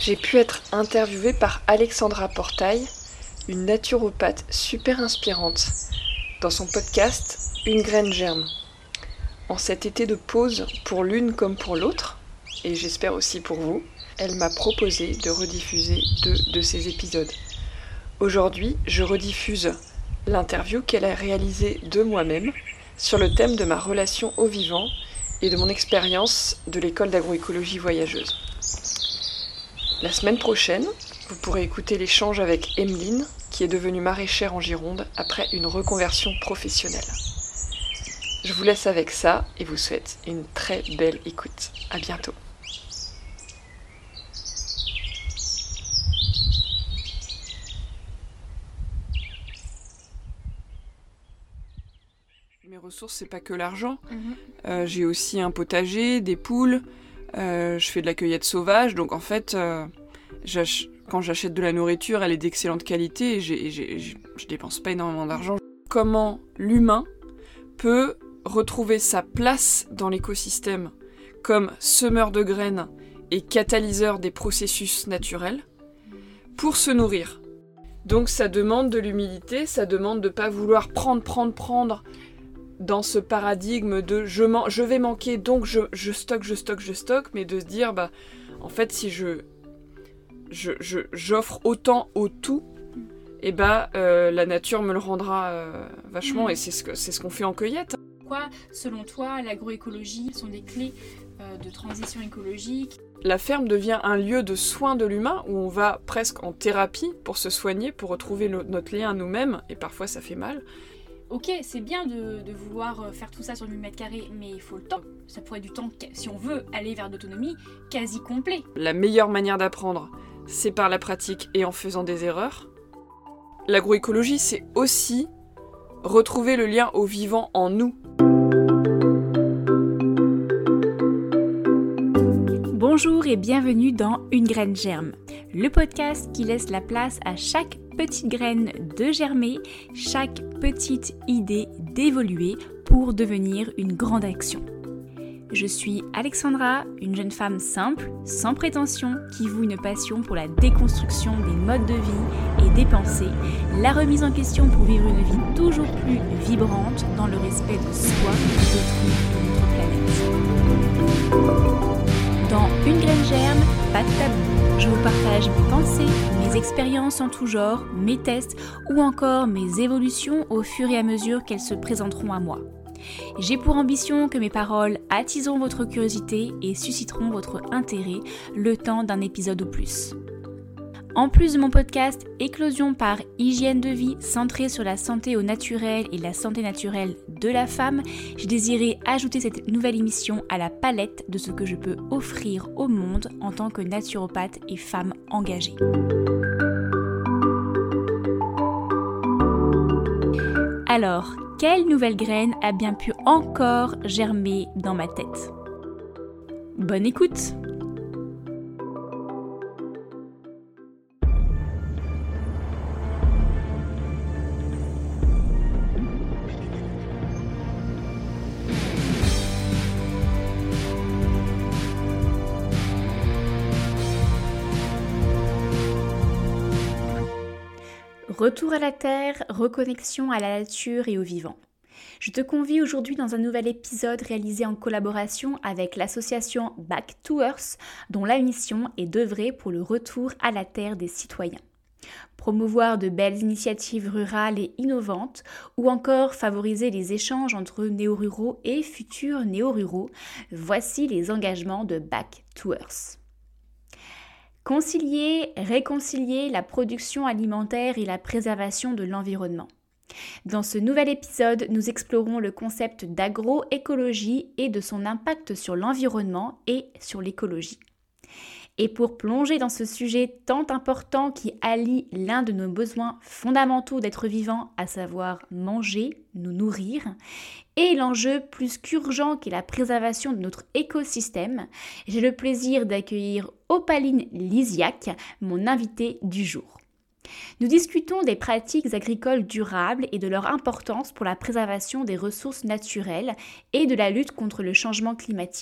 J'ai pu être interviewée par Alexandra Portail, une naturopathe super inspirante, dans son podcast Une graine germe. En cet été de pause pour l'une comme pour l'autre, et j'espère aussi pour vous, elle m'a proposé de rediffuser 2 de ces épisodes. Aujourd'hui, je rediffuse l'interview qu'elle a réalisée de moi-même sur le thème de ma relation au vivant et de mon expérience de l'école d'agroécologie voyageuse. La semaine prochaine, vous pourrez écouter l'échange avec Emeline, qui est devenue maraîchère en Gironde après une reconversion professionnelle. Je vous laisse avec ça et vous souhaite une très belle écoute. À bientôt. Mes ressources, c'est pas que l'argent. J'ai aussi un potager, des poules, je fais de la cueillette sauvage, donc en fait, quand j'achète de la nourriture, elle est d'excellente qualité et je dépense pas énormément d'argent. Comment l'humain peut retrouver sa place dans l'écosystème comme semeur de graines et catalyseur des processus naturels pour se nourrir. Donc ça demande de l'humilité, ça demande de pas vouloir prendre dans ce paradigme de je vais manquer, donc je stocke, mais de se dire, en fait, si j'offre autant au tout, la nature me le rendra vachement, et c'est ce qu'on fait en cueillette. Pourquoi, selon toi, l'agroécologie sont des clés de transition écologique ? La ferme devient un lieu de soins de l'humain, où on va presque en thérapie pour se soigner, pour retrouver notre lien à nous-mêmes, et parfois ça fait mal. Ok, c'est bien de vouloir faire tout ça sur 1000 m², mais il faut le temps. Ça pourrait être du temps, si on veut aller vers l'autonomie, quasi complet. La meilleure manière d'apprendre, c'est par la pratique et en faisant des erreurs. L'agroécologie, c'est aussi retrouver le lien au vivant en nous. Bonjour et bienvenue dans Une graine germe, le podcast qui laisse la place à chaque petite graine de germer, chaque petite idée d'évoluer pour devenir une grande action. Je suis Alexandra, une jeune femme simple, sans prétention, qui voue une passion pour la déconstruction des modes de vie et des pensées, la remise en question pour vivre une vie toujours plus vibrante dans le respect de soi et d'autrui de notre planète. Dans Une graine germe, pas de tabou, je vous partage mes pensées, mes expériences en tout genre, mes tests ou encore mes évolutions au fur et à mesure qu'elles se présenteront à moi. J'ai pour ambition que mes paroles attiseront votre curiosité et susciteront votre intérêt le temps d'un épisode ou plus. En plus de mon podcast Éclosion par hygiène de vie centré sur la santé au naturel et la santé naturelle de la femme, j'ai désiré ajouter cette nouvelle émission à la palette de ce que je peux offrir au monde en tant que naturopathe et femme engagée. Alors, quelle nouvelle graine a bien pu encore germer dans ma tête ? Bonne écoute ! Retour à la terre, reconnexion à la nature et au vivant. Je te convie aujourd'hui dans un nouvel épisode réalisé en collaboration avec l'association Back to Earth, dont la mission est d'œuvrer pour le retour à la terre des citoyens. Promouvoir de belles initiatives rurales et innovantes, ou encore favoriser les échanges entre néo-ruraux et futurs néo-ruraux, voici les engagements de Back to Earth. Concilier, réconcilier la production alimentaire et la préservation de l'environnement. Dans ce nouvel épisode, nous explorons le concept d'agroécologie et de son impact sur l'environnement et sur l'écologie. Et pour plonger dans ce sujet tant important qui allie l'un de nos besoins fondamentaux d'être vivant, à savoir manger, nous nourrir, et l'enjeu plus qu'urgent qui est la préservation de notre écosystème, j'ai le plaisir d'accueillir Opaline Lisiac, mon invitée du jour. Nous discutons des pratiques agricoles durables et de leur importance pour la préservation des ressources naturelles et de la lutte contre le changement climatique.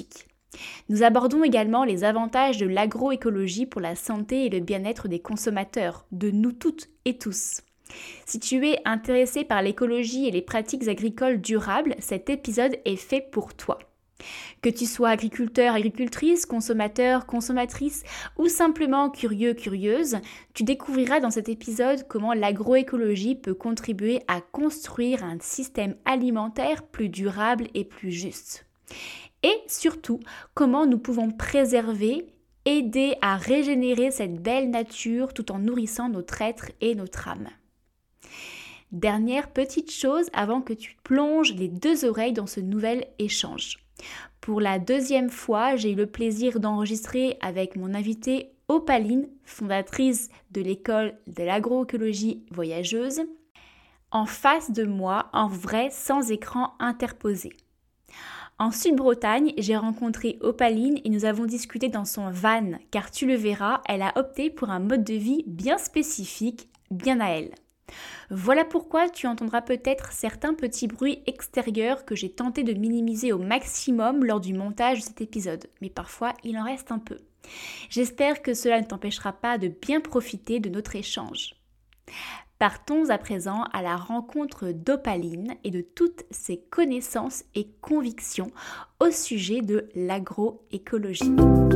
Nous abordons également les avantages de l'agroécologie pour la santé et le bien-être des consommateurs, de nous toutes et tous. Si tu es intéressé par l'écologie et les pratiques agricoles durables, cet épisode est fait pour toi. Que tu sois agriculteur, agricultrice, consommateur, consommatrice ou simplement curieux, curieuse, tu découvriras dans cet épisode comment l'agroécologie peut contribuer à construire un système alimentaire plus durable et plus juste. Et surtout, comment nous pouvons préserver, aider à régénérer cette belle nature tout en nourrissant notre être et notre âme. Dernière petite chose avant que tu plonges les 2 oreilles dans ce nouvel échange. Pour la 2e fois, j'ai eu le plaisir d'enregistrer avec mon invitée Opaline, fondatrice de l'école de l'agroécologie voyageuse, en face de moi, en vrai, sans écran interposé. En Sud-Bretagne, j'ai rencontré Opaline et nous avons discuté dans son van, car tu le verras, elle a opté pour un mode de vie bien spécifique, bien à elle. Voilà pourquoi tu entendras peut-être certains petits bruits extérieurs que j'ai tenté de minimiser au maximum lors du montage de cet épisode, mais parfois il en reste un peu. J'espère que cela ne t'empêchera pas de bien profiter de notre échange. Partons à présent à la rencontre d'Opaline et de toutes ses connaissances et convictions au sujet de l'agroécologie.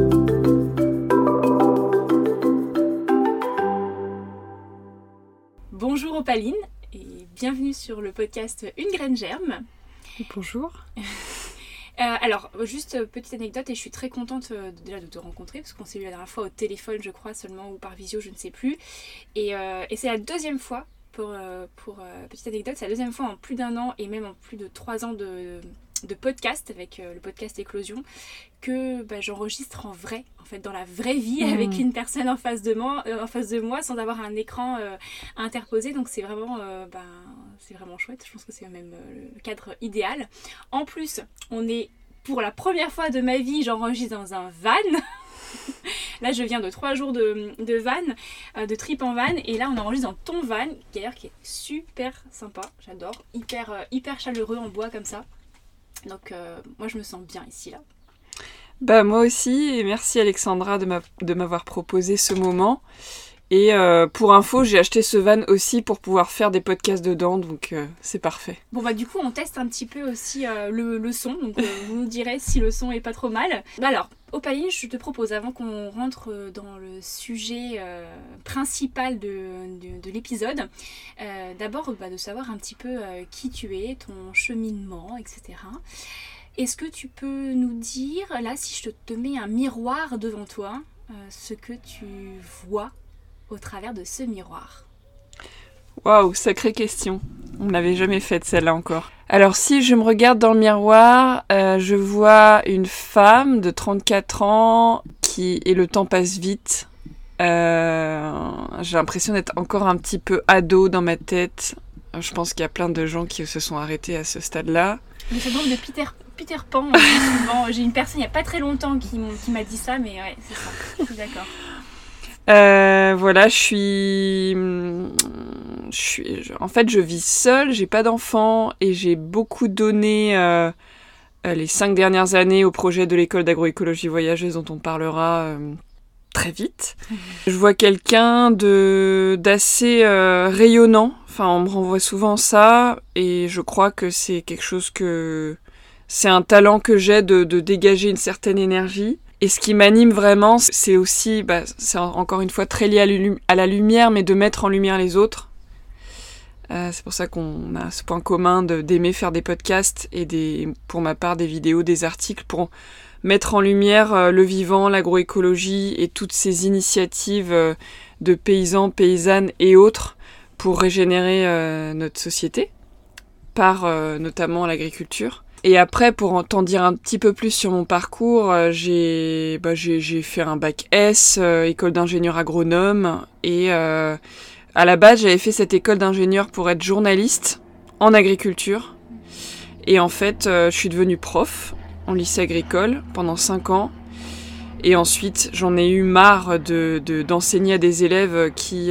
Bonjour Opaline et bienvenue sur le podcast Une graine germe. Bonjour. Alors, juste petite anecdote et je suis très contente déjà de te rencontrer parce qu'on s'est vu la dernière fois au téléphone je crois seulement ou par visio, je ne sais plus. Et c'est la 2e fois, pour petite anecdote, c'est la 2e fois en plus d'1 an et même en plus de 3 ans de podcast avec le podcast Éclosion que j'enregistre en vrai, en fait dans la vraie vie avec une personne en face de moi sans avoir un écran interposé, donc c'est vraiment chouette. Je pense que c'est même le cadre idéal. En plus, on est pour la première fois de ma vie, j'enregistre dans un van. Là, je viens de 3 jours de van, de trip en van, et là, on enregistre dans ton van, d'ailleurs qui est super sympa, j'adore, hyper chaleureux en bois comme ça. Donc, moi, je me sens bien ici, là. Moi aussi, et merci Alexandra de m'avoir proposé ce moment. Et pour info, j'ai acheté ce van aussi pour pouvoir faire des podcasts dedans, donc c'est parfait. Bon du coup, on teste un petit peu aussi le son, donc vous nous direz si le son est pas trop mal. Alors, Opaline, je te propose, avant qu'on rentre dans le sujet principal de l'épisode, d'abord de savoir un petit peu qui tu es, ton cheminement, etc. Est-ce que tu peux nous dire, là, si je te mets un miroir devant toi, ce que tu vois au travers de ce miroir? Waouh, sacrée question. On n'avait jamais fait celle-là encore. Alors si je me regarde dans le miroir, je vois une femme de 34 ans et le temps passe vite. J'ai l'impression d'être encore un petit peu ado dans ma tête. Je pense qu'il y a plein de gens qui se sont arrêtés à ce stade-là. Le syndrome de Peter Pan. J'ai une personne il n'y a pas très longtemps qui m'a dit ça, mais ouais, c'est ça. Je suis d'accord. Voilà, en fait, je vis seule, j'ai pas d'enfants et j'ai beaucoup donné les 5 dernières années au projet de l'école d'agroécologie voyageuse dont on parlera très vite. Je vois quelqu'un d'assez rayonnant, enfin on me renvoie souvent ça et je crois que c'est quelque chose c'est un talent que j'ai de dégager une certaine énergie. Et ce qui m'anime vraiment, c'est aussi, c'est encore une fois très lié à la lumière, mais de mettre en lumière les autres. C'est pour ça qu'on a ce point commun d'aimer faire des podcasts et pour ma part des vidéos, des articles pour mettre en lumière le vivant, l'agroécologie et toutes ces initiatives de paysans, paysannes et autres pour régénérer notre société par notamment l'agriculture. Et après, pour t'en dire un petit peu plus sur mon parcours, j'ai fait un bac S, école d'ingénieur agronome. Et à la base, j'avais fait cette école d'ingénieur pour être journaliste en agriculture. Et en fait, je suis devenue prof en lycée agricole pendant 5 ans. Et ensuite, j'en ai eu marre d'enseigner à des élèves qui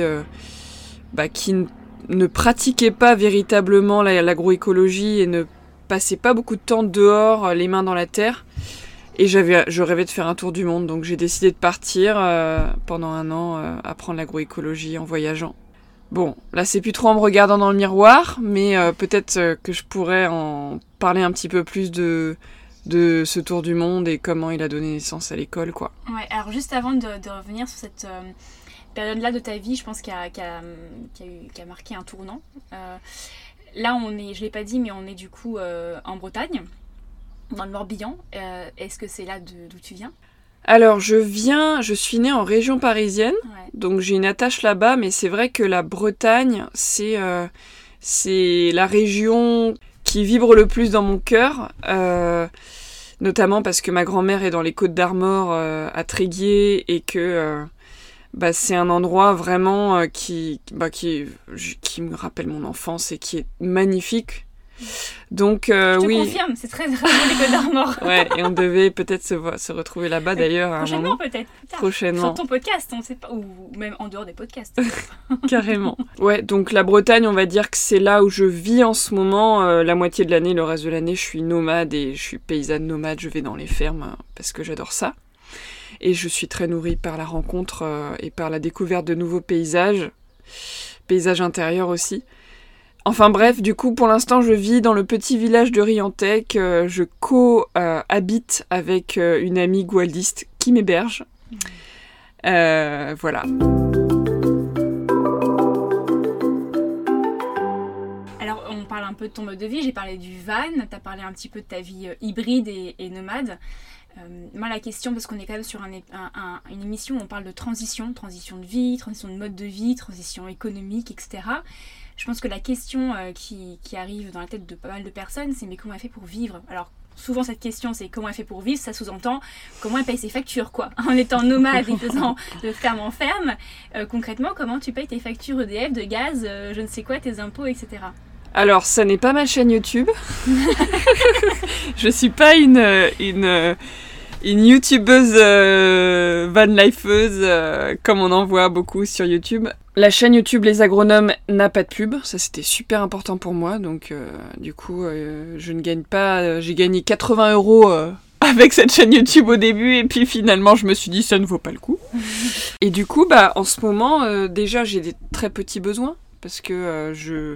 ne pratiquaient pas véritablement l'agroécologie et ne passaient pas beaucoup de temps dehors, les mains dans la terre. Et je rêvais de faire un tour du monde, donc j'ai décidé de partir pendant 1 an apprendre l'agroécologie en voyageant. Bon, là c'est plus trop en me regardant dans le miroir, mais peut-être que je pourrais en parler un petit peu plus de ce tour du monde et comment il a donné naissance à l'école, quoi. Ouais, alors juste avant de revenir sur cette période-là de ta vie, je pense qui a marqué un tournant. Là, je l'ai pas dit, mais on est du coup en Bretagne, dans le Morbihan. Est-ce que c'est là d'où tu viens ? Alors, je suis née en région parisienne, Ouais. donc j'ai une attache là-bas, mais c'est vrai que la Bretagne, c'est la région qui vibre le plus dans mon cœur, notamment parce que ma grand-mère est dans les Côtes-d'Armor à Tréguier et que c'est un endroit vraiment qui me rappelle mon enfance et qui est magnifique. Donc Je te oui, confirme, c'est très très beau les Côtes-d'Armor. ouais, et on devait peut-être se retrouver là-bas d'ailleurs à un Prochainement moment. peut-être. Plus tard. Prochainement. Sur ton podcast, on sait pas, ou même en dehors des podcasts. Carrément. Ouais, donc la Bretagne, on va dire que c'est là où je vis en ce moment. La moitié de l'année, le reste de l'année, je suis nomade et je suis paysanne nomade. Je vais dans les fermes parce que j'adore ça. Et je suis très nourrie par la rencontre et par la découverte de nouveaux paysages intérieurs aussi. Enfin bref, du coup, pour l'instant, je vis dans le petit village de Riantec. Je co-habite avec une amie goualdiste qui m'héberge. Voilà. Alors, on parle un peu de ton mode de vie. J'ai parlé du van. Tu as parlé un petit peu de ta vie hybride et nomade. Moi, la question, parce qu'on est quand même sur une émission où on parle de transition de vie, transition de mode de vie, transition économique, etc. Je pense que la question qui arrive dans la tête de pas mal de personnes, c'est mais comment elle fait pour vivre ? Alors, souvent cette question, c'est comment elle fait pour vivre, ça sous-entend comment elle paye ses factures, quoi. En étant nomade et faisant de ferme en ferme, concrètement, comment tu payes tes factures EDF, de gaz, je ne sais quoi, tes impôts, etc. Alors, ça n'est pas ma chaîne YouTube. Je suis pas une youtubeuse vanlifeuse comme on en voit beaucoup sur YouTube. La chaîne YouTube Les Agronomes n'a pas de pub, ça c'était super important pour moi, donc du coup je ne gagne pas, j'ai gagné 80 € avec cette chaîne YouTube au début et puis finalement je me suis dit ça ne vaut pas le coup. Et du coup en ce moment déjà j'ai des très petits besoins parce que je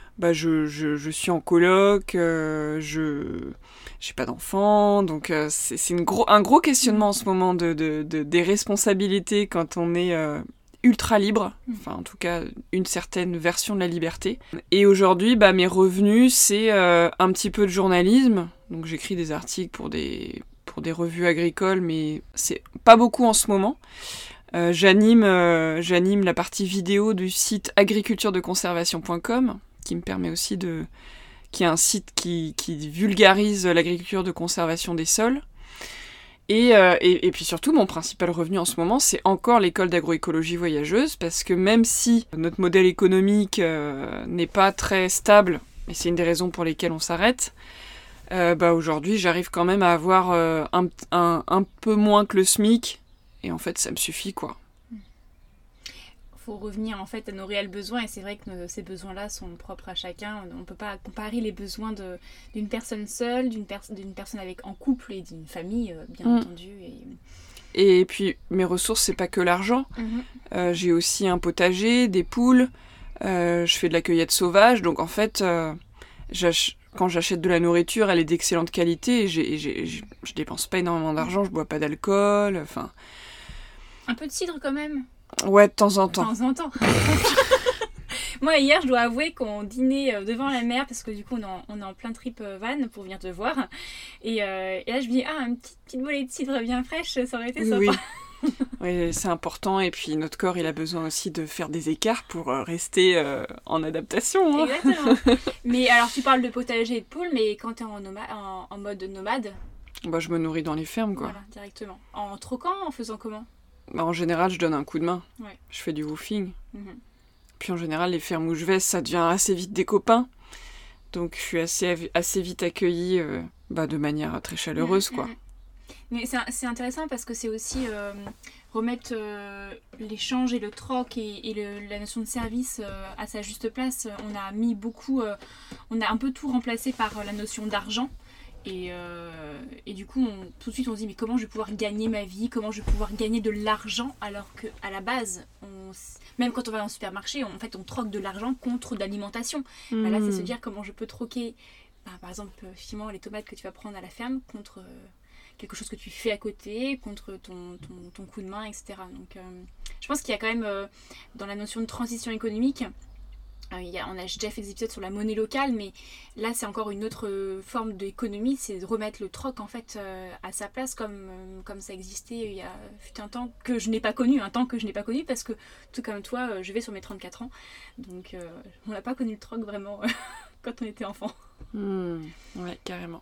suis en coloc, j'ai pas d'enfant, donc c'est un gros questionnement en ce moment des responsabilités quand on est ultra libre, enfin en tout cas une certaine version de la liberté. Et aujourd'hui, mes revenus, c'est un petit peu de journalisme, donc j'écris des articles pour des revues agricoles, mais c'est pas beaucoup en ce moment. J'anime la partie vidéo du site agriculturedeconservation.com, qui me permet aussi qui est un site qui vulgarise l'agriculture de conservation des sols. Et puis surtout, mon principal revenu en ce moment, c'est encore l'école d'agroécologie voyageuse, parce que même si notre modèle économique n'est pas très stable, et c'est une des raisons pour lesquelles on s'arrête, aujourd'hui, j'arrive quand même à avoir un peu moins que le SMIC, et en fait, ça me suffit, quoi. Faut revenir en fait à nos réels besoins, et c'est vrai que ces besoins-là sont propres à chacun. On ne peut pas comparer les besoins d'une personne seule, d'une personne en couple et d'une famille, bien entendu. Et puis mes ressources, c'est pas que l'argent. J'ai aussi un potager, des poules, je fais de la cueillette sauvage, donc en fait, quand j'achète de la nourriture, elle est d'excellente qualité, et je dépense pas énormément d'argent, je bois pas d'alcool, enfin... Un peu de cidre quand même. Ouais, de temps en temps. De temps en temps. Moi, hier, je dois avouer qu'on dînait devant la mer, parce que du coup, on est en plein trip van pour venir te voir. Et là, je me dis, une petite bolée de cidre bien fraîche, ça aurait été sympa. Oui. Oui, c'est important. Et puis, notre corps, il a besoin aussi de faire des écarts pour rester en adaptation. Hein. Exactement. Mais alors, tu parles de potager et de poules, mais quand tu es en mode nomade... je me nourris dans les fermes, quoi. Voilà, directement. En troquant, en faisant comment ? En général, je donne un coup de main. Ouais. Je fais du woofing. Puis en général, les fermes où je vais, ça devient assez vite des copains. Donc je suis assez vite accueillie de manière très chaleureuse, quoi. Mais c'est intéressant parce que c'est aussi remettre l'échange et le troc et la notion de service à sa juste place. On a mis beaucoup... on a un peu tout remplacé par la notion d'argent. Et du coup, tout de suite, on se dit mais comment je vais pouvoir gagner ma vie, comment je vais pouvoir gagner de l'argent, alors qu'à la base, même quand on va dans le supermarché, en fait, on troque de l'argent contre de l'alimentation. Bah là, c'est se dire comment je peux troquer, par exemple, finalement, les tomates que tu vas prendre à la ferme contre quelque chose que tu fais à côté, contre ton coup de main, etc. Donc, je pense qu'il y a quand même, dans la notion de transition économique, on a déjà fait des épisodes sur la monnaie locale, mais là c'est encore une autre forme d'économie, c'est de remettre le troc en fait à sa place comme ça existait il y a un temps que je n'ai pas connu, parce que tout comme toi, je vais sur mes 34 ans, donc on n'a pas connu le troc vraiment quand on était enfant. Ouais, carrément.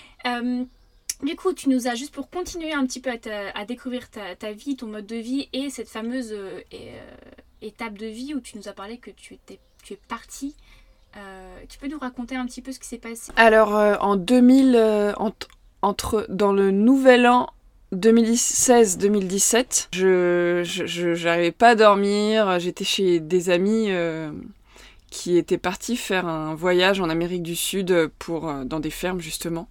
Du coup, tu nous as, juste pour continuer un petit peu à découvrir ta vie, ton mode de vie et cette fameuse étape de vie où tu nous as parlé que tu es partie. Tu peux nous raconter un petit peu ce qui s'est passé? Alors, en 2000, dans le nouvel an 2016-2017, je n'arrivais pas à dormir. J'étais chez des amis qui étaient partis faire un voyage en Amérique du Sud dans des fermes, justement.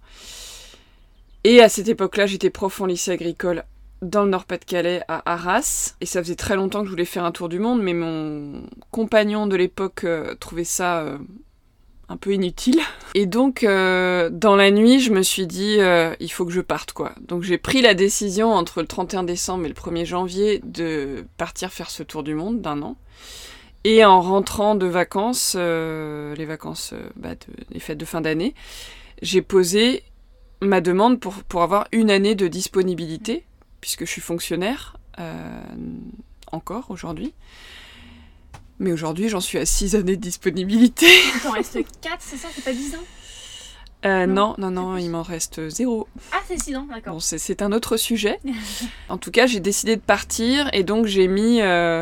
Et à cette époque-là, j'étais prof en lycée agricole dans le Nord-Pas-de-Calais, à Arras. Et ça faisait très longtemps que je voulais faire un tour du monde, mais mon compagnon de l'époque trouvait ça un peu inutile. Et donc, dans la nuit, je me suis dit, il faut que je parte, quoi. Donc j'ai pris la décision entre le 31 décembre et le 1er janvier de partir faire ce tour du monde d'1 an. Et en rentrant de vacances, les vacances des fêtes de fin d'année, j'ai posé ma demande pour avoir 1 année de disponibilité, puisque je suis fonctionnaire, encore aujourd'hui. Mais aujourd'hui, j'en suis à 6 années de disponibilité. Il t'en reste 4, c'est ça? C'est pas 10 ans? Non, il m'en reste 0. Ah, c'est 6 ans, d'accord. Bon, c'est un autre sujet. En tout cas, j'ai décidé de partir, et donc j'ai mis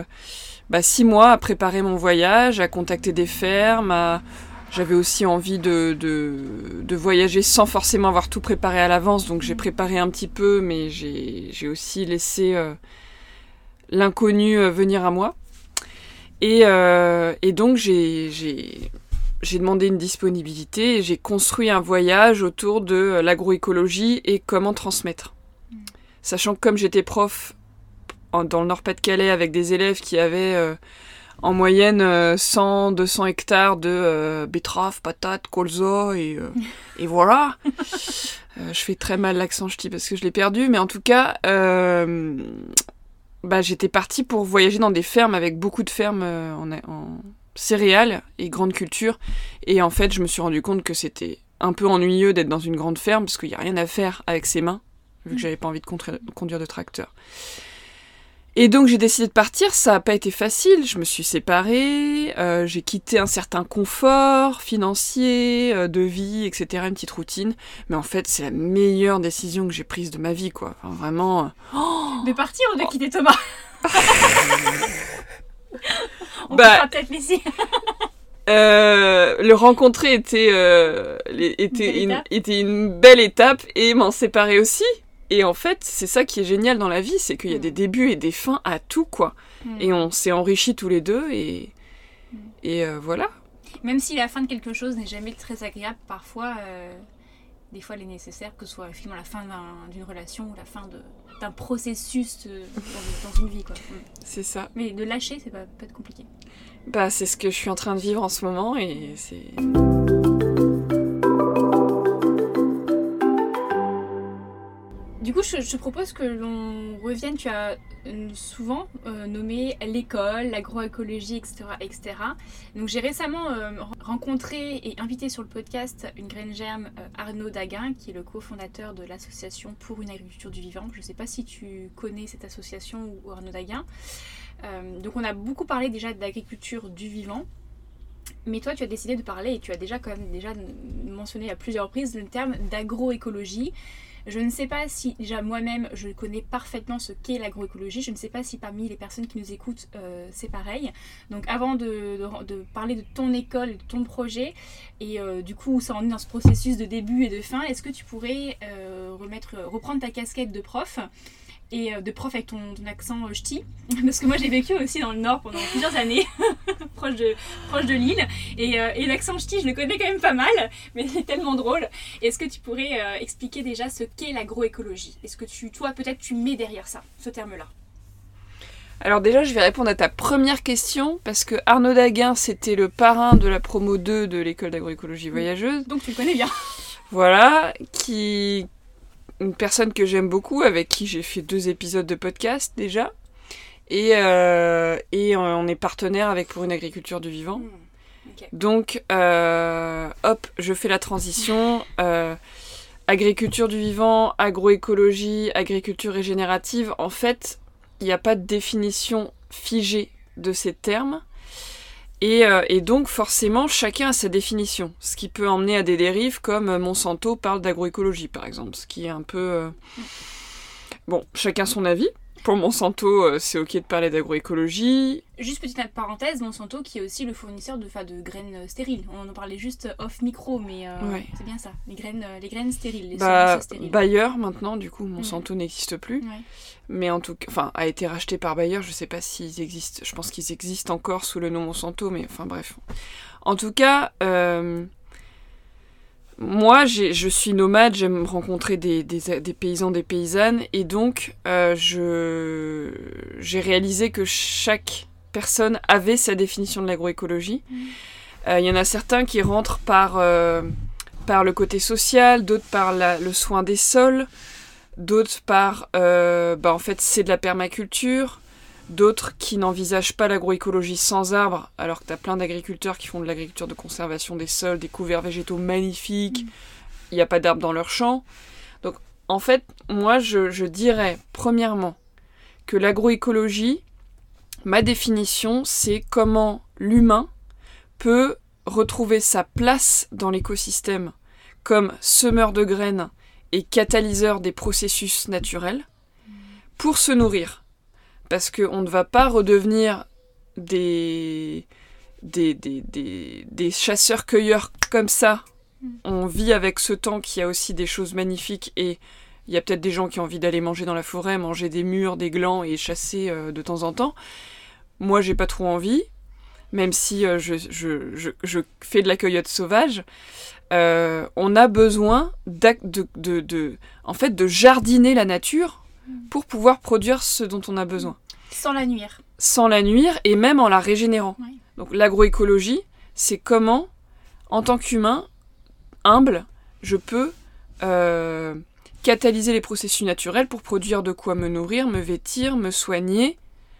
6 mois à préparer mon voyage, à contacter des fermes, J'avais aussi envie de voyager sans forcément avoir tout préparé à l'avance, donc j'ai préparé un petit peu, mais j'ai aussi laissé l'inconnu venir à moi. Et donc j'ai demandé une disponibilité et j'ai construit un voyage autour de l'agroécologie et comment transmettre. Sachant que comme j'étais prof dans le Nord-Pas-de-Calais avec des élèves qui avaient... en moyenne 100-200 hectares de betteraves, patates, colza et voilà. Je fais très mal l'accent ch'ti parce que je l'ai perdu, mais en tout cas, j'étais partie pour voyager dans des fermes avec beaucoup de fermes en céréales et grandes cultures. Et en fait, je me suis rendu compte que c'était un peu ennuyeux d'être dans une grande ferme parce qu'il n'y a rien à faire avec ses mains, vu que j'avais pas envie de conduire de tracteur. Et donc j'ai décidé de partir, ça n'a pas été facile, je me suis séparée, j'ai quitté un certain confort financier, de vie, etc., une petite routine, mais en fait c'est la meilleure décision que j'ai prise de ma vie, quoi. Enfin, vraiment... De partir ou de quitter Thomas? On peut peut-être laisser. Le rencontrer était une belle étape et m'en séparer aussi. Et en fait, c'est ça qui est génial dans la vie, c'est qu'il y a des débuts et des fins à tout, quoi. Et on s'est enrichis tous les deux, et voilà. Même si la fin de quelque chose n'est jamais très agréable, parfois, des fois, elle est nécessaire, que ce soit finalement la fin d'une relation ou la fin d'un processus dans une vie, quoi. C'est ça. Mais de lâcher, c'est pas être compliqué. C'est ce que je suis en train de vivre en ce moment, et c'est... Du coup, je te propose que l'on revienne, tu as souvent nommé l'école, l'agroécologie, etc., etc. Donc j'ai récemment rencontré et invité sur le podcast Une graine germe Arnaud Daguin, qui est le cofondateur de l'association pour une agriculture du vivant. Je ne sais pas si tu connais cette association ou Arnaud Daguin. Donc on a beaucoup parlé déjà d'agriculture du vivant. Mais toi, tu as décidé de parler, et tu as déjà mentionné à plusieurs reprises le terme d'agroécologie. Je ne sais pas si, déjà moi-même, je connais parfaitement ce qu'est l'agroécologie. Je ne sais pas si parmi les personnes qui nous écoutent, c'est pareil. Donc avant de parler de ton école, de ton projet, et du coup où ça en est dans ce processus de début et de fin, est-ce que tu pourrais reprendre ta casquette de prof et de prof avec ton accent ch'ti, parce que moi j'ai vécu aussi dans le Nord pendant plusieurs années, proche de Lille, et l'accent ch'ti je le connais quand même pas mal, mais c'est tellement drôle. Est-ce que tu pourrais expliquer déjà ce qu'est l'agroécologie? Est-ce que toi peut-être tu mets derrière ça, ce terme-là? Alors déjà, je vais répondre à ta première question, parce que Arnaud Daguin, c'était le parrain de la promo 2 de l'école d'agroécologie voyageuse. Donc tu le connais bien. Voilà, une personne que j'aime beaucoup, avec qui j'ai fait 2 épisodes de podcast déjà. Et on est partenaire avec Pour une agriculture du vivant. Okay. Donc, hop, je fais la transition. Agriculture du vivant, agroécologie, agriculture régénérative. En fait, il n'y a pas de définition figée de ces termes. Et donc, forcément, chacun a sa définition. Ce qui peut emmener à des dérives comme Monsanto parle d'agroécologie, par exemple. Ce qui est un peu... Bon, chacun son avis. Pour Monsanto, c'est ok de parler d'agroécologie. Juste petite parenthèse, Monsanto qui est aussi le fournisseur de graines stériles. On en parlait juste off micro, mais ouais. C'est bien ça, les graines stériles, les semences stériles. Bayer maintenant, du coup, Monsanto n'existe plus. Ouais. Mais en tout cas, enfin, a été racheté par Bayer. Je sais pas s'ils existent. Je pense qu'ils existent encore sous le nom Monsanto, mais enfin bref. En tout cas. Moi, je suis nomade, j'aime rencontrer des paysans, des paysannes, et donc j'ai réalisé que chaque personne avait sa définition de l'agroécologie. Il y en a certains qui rentrent par le côté social, d'autres par le soin des sols, d'autres par, en fait, c'est de la permaculture, d'autres qui n'envisagent pas l'agroécologie sans arbres, alors que tu as plein d'agriculteurs qui font de l'agriculture de conservation des sols, des couverts végétaux magnifiques, il n'y a pas d'arbres dans leurs champs. Donc, en fait, moi, je dirais, premièrement, que l'agroécologie, ma définition, c'est comment l'humain peut retrouver sa place dans l'écosystème comme semeur de graines et catalyseur des processus naturels pour se nourrir. Parce qu'on ne va pas redevenir des chasseurs-cueilleurs comme ça. On vit avec ce temps qui a aussi des choses magnifiques, et il y a peut-être des gens qui ont envie d'aller manger dans la forêt, manger des mûres, des glands et chasser de temps en temps. Moi, j'ai pas trop envie, même si je fais de la cueillette sauvage. On a besoin en fait, de jardiner la nature pour pouvoir produire ce dont on a besoin. Sans la nuire. Sans la nuire, et même en la régénérant. Oui. Donc l'agroécologie, c'est comment, en tant qu'humain, humble, je peux catalyser les processus naturels pour produire de quoi me nourrir, me vêtir, me soigner.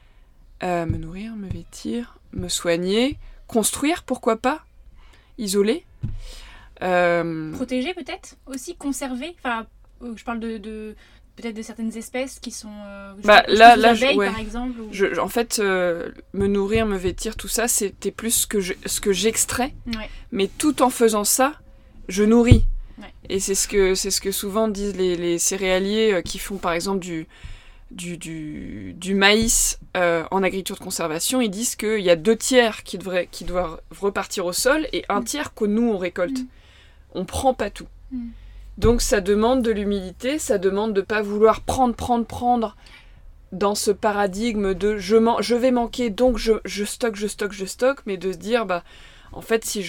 Me soigner, construire, pourquoi pas, isoler. Protéger peut-être aussi, conserver. Enfin, je parle de peut-être de certaines espèces qui sont abeilles, par exemple. Ou... en fait, me nourrir, me vêtir, tout ça, c'était plus ce que j'extrais. Ouais. Mais tout en faisant ça, je nourris. Ouais. Et c'est ce que souvent disent les céréaliers qui font par exemple du maïs en agriculture de conservation. Ils disent qu'il y a 2 tiers qui doivent repartir au sol et 1 tiers que nous on récolte. On prend pas tout. Donc ça demande de l'humilité, ça demande de pas vouloir prendre dans ce paradigme de je vais manquer, donc je stocke, mais de se dire en fait si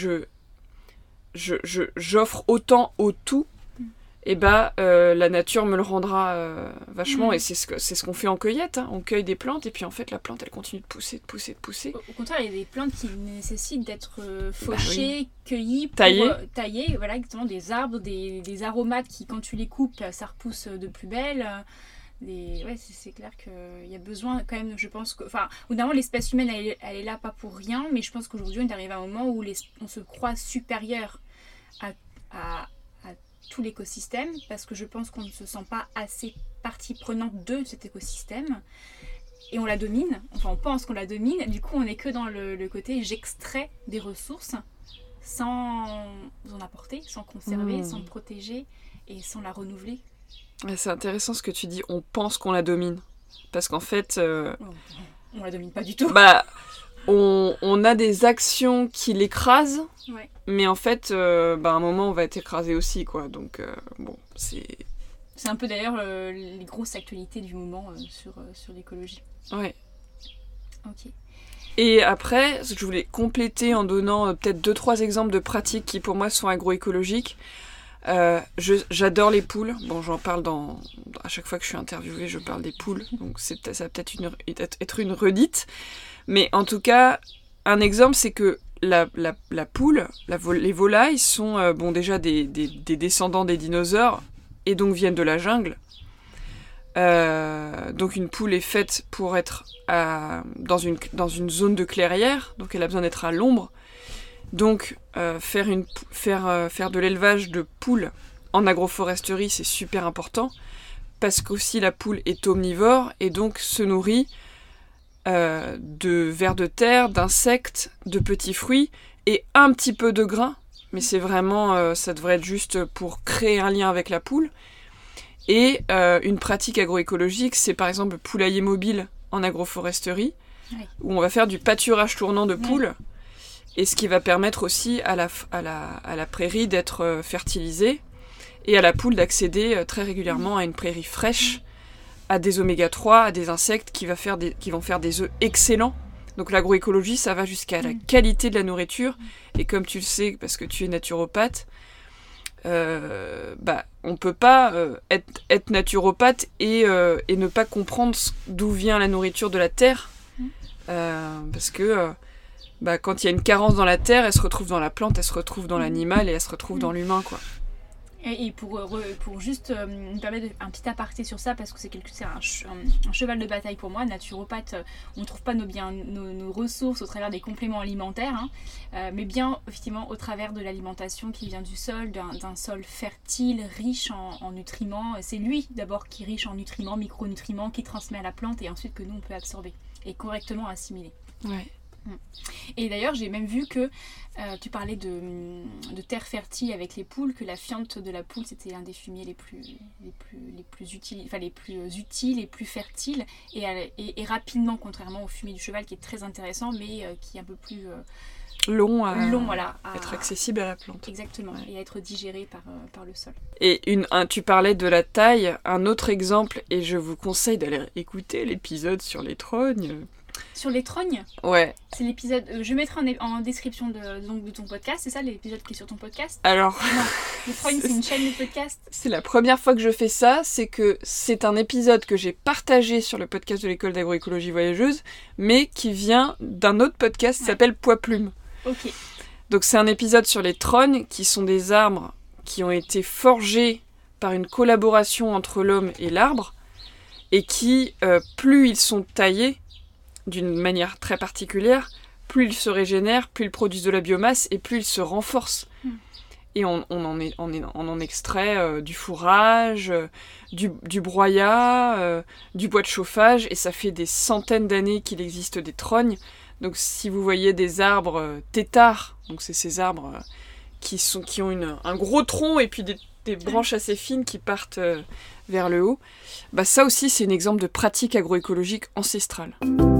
j'offre autant au tout, et la nature me le rendra vachement, et c'est ce qu'on fait en cueillette, hein. On cueille des plantes, et puis en fait la plante elle continue de pousser. Au contraire, il y a des plantes qui nécessitent d'être fauchées, cueillies, taillées, voilà, exactement, des arbres, des aromates qui, quand tu les coupes, ça repousse de plus belle. C'est clair qu'il y a besoin quand même, je pense que... Enfin, évidemment, l'espèce humaine, elle est là pas pour rien, mais je pense qu'aujourd'hui, on est arrivé à un moment où on se croit supérieur à tout l'écosystème, parce que je pense qu'on ne se sent pas assez partie prenante de cet écosystème, et on la domine, enfin on pense qu'on la domine, du coup on n'est que dans le côté j'extrais des ressources sans en apporter, sans conserver, sans protéger et sans la renouveler. Et c'est intéressant ce que tu dis, on pense qu'on la domine. Parce qu'en fait... On la domine pas du tout. On a des actions qui l'écrasent, Ouais. mais en fait, à un moment, on va être écrasé aussi, quoi. Donc, c'est... C'est un peu d'ailleurs les grosses actualités du moment sur l'écologie. Ouais. Ok. Et après, je voulais compléter en donnant peut-être 2-3 exemples de pratiques qui, pour moi, sont agroécologiques. J'adore les poules. Bon, j'en parle à chaque fois que je suis interviewée, je parle des poules. Donc ça va peut-être être une redite. Mais en tout cas, un exemple, c'est que la poule, les volailles sont déjà des descendants des dinosaures et donc viennent de la jungle. Donc une poule est faite pour être dans une zone de clairière, donc elle a besoin d'être à l'ombre. Donc faire de l'élevage de poules en agroforesterie, c'est super important, parce qu'aussi la poule est omnivore et donc se nourrit de vers de terre, d'insectes, de petits fruits et un petit peu de grains, mais c'est vraiment, ça devrait être juste pour créer un lien avec la poule. Et une pratique agroécologique, c'est par exemple le poulailler mobile en agroforesterie, où on va faire du pâturage tournant de poules, et ce qui va permettre aussi à la prairie d'être fertilisée, et à la poule d'accéder très régulièrement à une prairie fraîche, à des oméga-3, à des insectes qui vont faire des œufs excellents. Donc l'agroécologie, ça va jusqu'à la qualité de la nourriture, et comme tu le sais, parce que tu es naturopathe, on peut pas être naturopathe et ne pas comprendre d'où vient la nourriture de la terre, parce que quand il y a une carence dans la terre, elle se retrouve dans la plante, elle se retrouve dans l'animal et elle se retrouve dans l'humain, quoi. Et pour juste me permettre un petit aparté sur ça, parce que c'est un cheval de bataille pour moi, naturopathe, on ne trouve pas nos ressources au travers des compléments alimentaires, mais bien effectivement au travers de l'alimentation qui vient du sol, d'un sol fertile, riche en nutriments. C'est lui d'abord qui est riche en nutriments, micronutriments, qui transmet à la plante et ensuite que nous on peut absorber et correctement assimiler. Ouais. Et d'ailleurs j'ai même vu que tu parlais de terre fertile avec les poules, que la fiente de la poule c'était un des fumiers les plus utiles, enfin les plus utiles et plus fertiles et rapidement, contrairement au fumier du cheval qui est très intéressant mais qui est un peu plus long à être accessible à la plante. Exactement, et à être digéré par le sol. Et tu parlais de la taille, un autre exemple, et je vous conseille d'aller écouter l'épisode sur les trognes. Sur les trognes ? Ouais. C'est l'épisode... je mettrai en description de ton podcast, c'est ça l'épisode qui est sur ton podcast ? Alors... Non, les trognes c'est une chaîne de podcast. C'est la première fois que je fais ça, c'est un épisode que j'ai partagé sur le podcast de l'école d'agroécologie voyageuse, mais qui vient d'un autre podcast qui s'appelle Poids Plume. Ok. Donc c'est un épisode sur les trognes, qui sont des arbres qui ont été forgés par une collaboration entre l'homme et l'arbre, et qui, plus ils sont taillés, d'une manière très particulière, plus ils se régénèrent, plus ils produisent de la biomasse et plus ils se renforcent. Et on en extrait du fourrage, du broyat, du bois de chauffage, et ça fait des centaines d'années qu'il existe des trognes. Donc si vous voyez des arbres têtards, donc c'est ces arbres qui ont un gros tronc et puis des branches assez fines qui partent vers le haut, ça aussi c'est un exemple de pratique agroécologique ancestrale.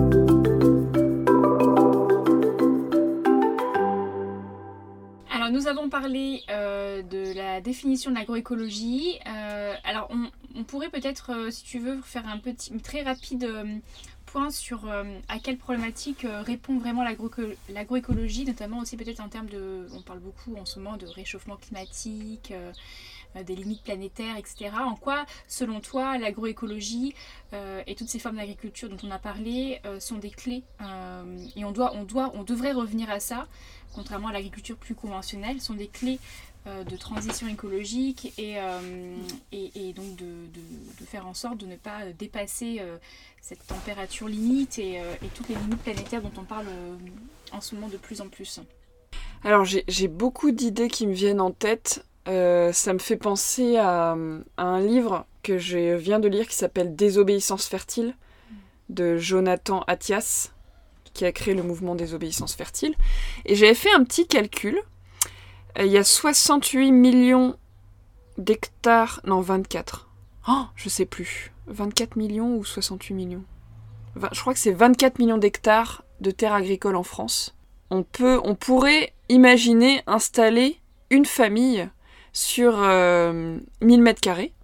Alors nous avons parlé de la définition de l'agroécologie. Alors on pourrait peut-être, si tu veux, faire un très rapide point sur à quelle problématique répond vraiment l'agroécologie, notamment aussi peut-être en termes on parle beaucoup en ce moment de réchauffement climatique, des limites planétaires, etc. En quoi, selon toi, l'agroécologie et toutes ces formes d'agriculture dont on a parlé sont des clés et on devrait revenir à ça, contrairement à l'agriculture plus conventionnelle, sont des clés de transition écologique et donc de faire en sorte de ne pas dépasser cette température limite et toutes les limites planétaires dont on parle en ce moment de plus en plus. Alors j'ai beaucoup d'idées qui me viennent en tête. Ça me fait penser à un livre que je viens de lire qui s'appelle Désobéissance fertile de Jonathan Attias, qui a créé le mouvement Désobéissance fertile. Et j'avais fait un petit calcul. Il y a 68 millions d'hectares, non 24. je sais plus, 24 millions ou 68 millions. Je crois que c'est 24 millions d'hectares de terres agricoles en France. On pourrait imaginer installer une famille sur 1000 mètres carrés.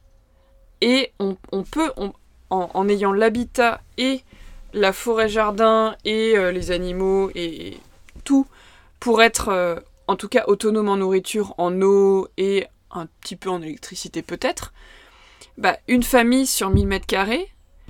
Et on peut, en ayant l'habitat et la forêt-jardin et les animaux et tout, pour être en tout cas autonome en nourriture, en eau et un petit peu en électricité peut-être, une famille sur 1000 mètres carrés,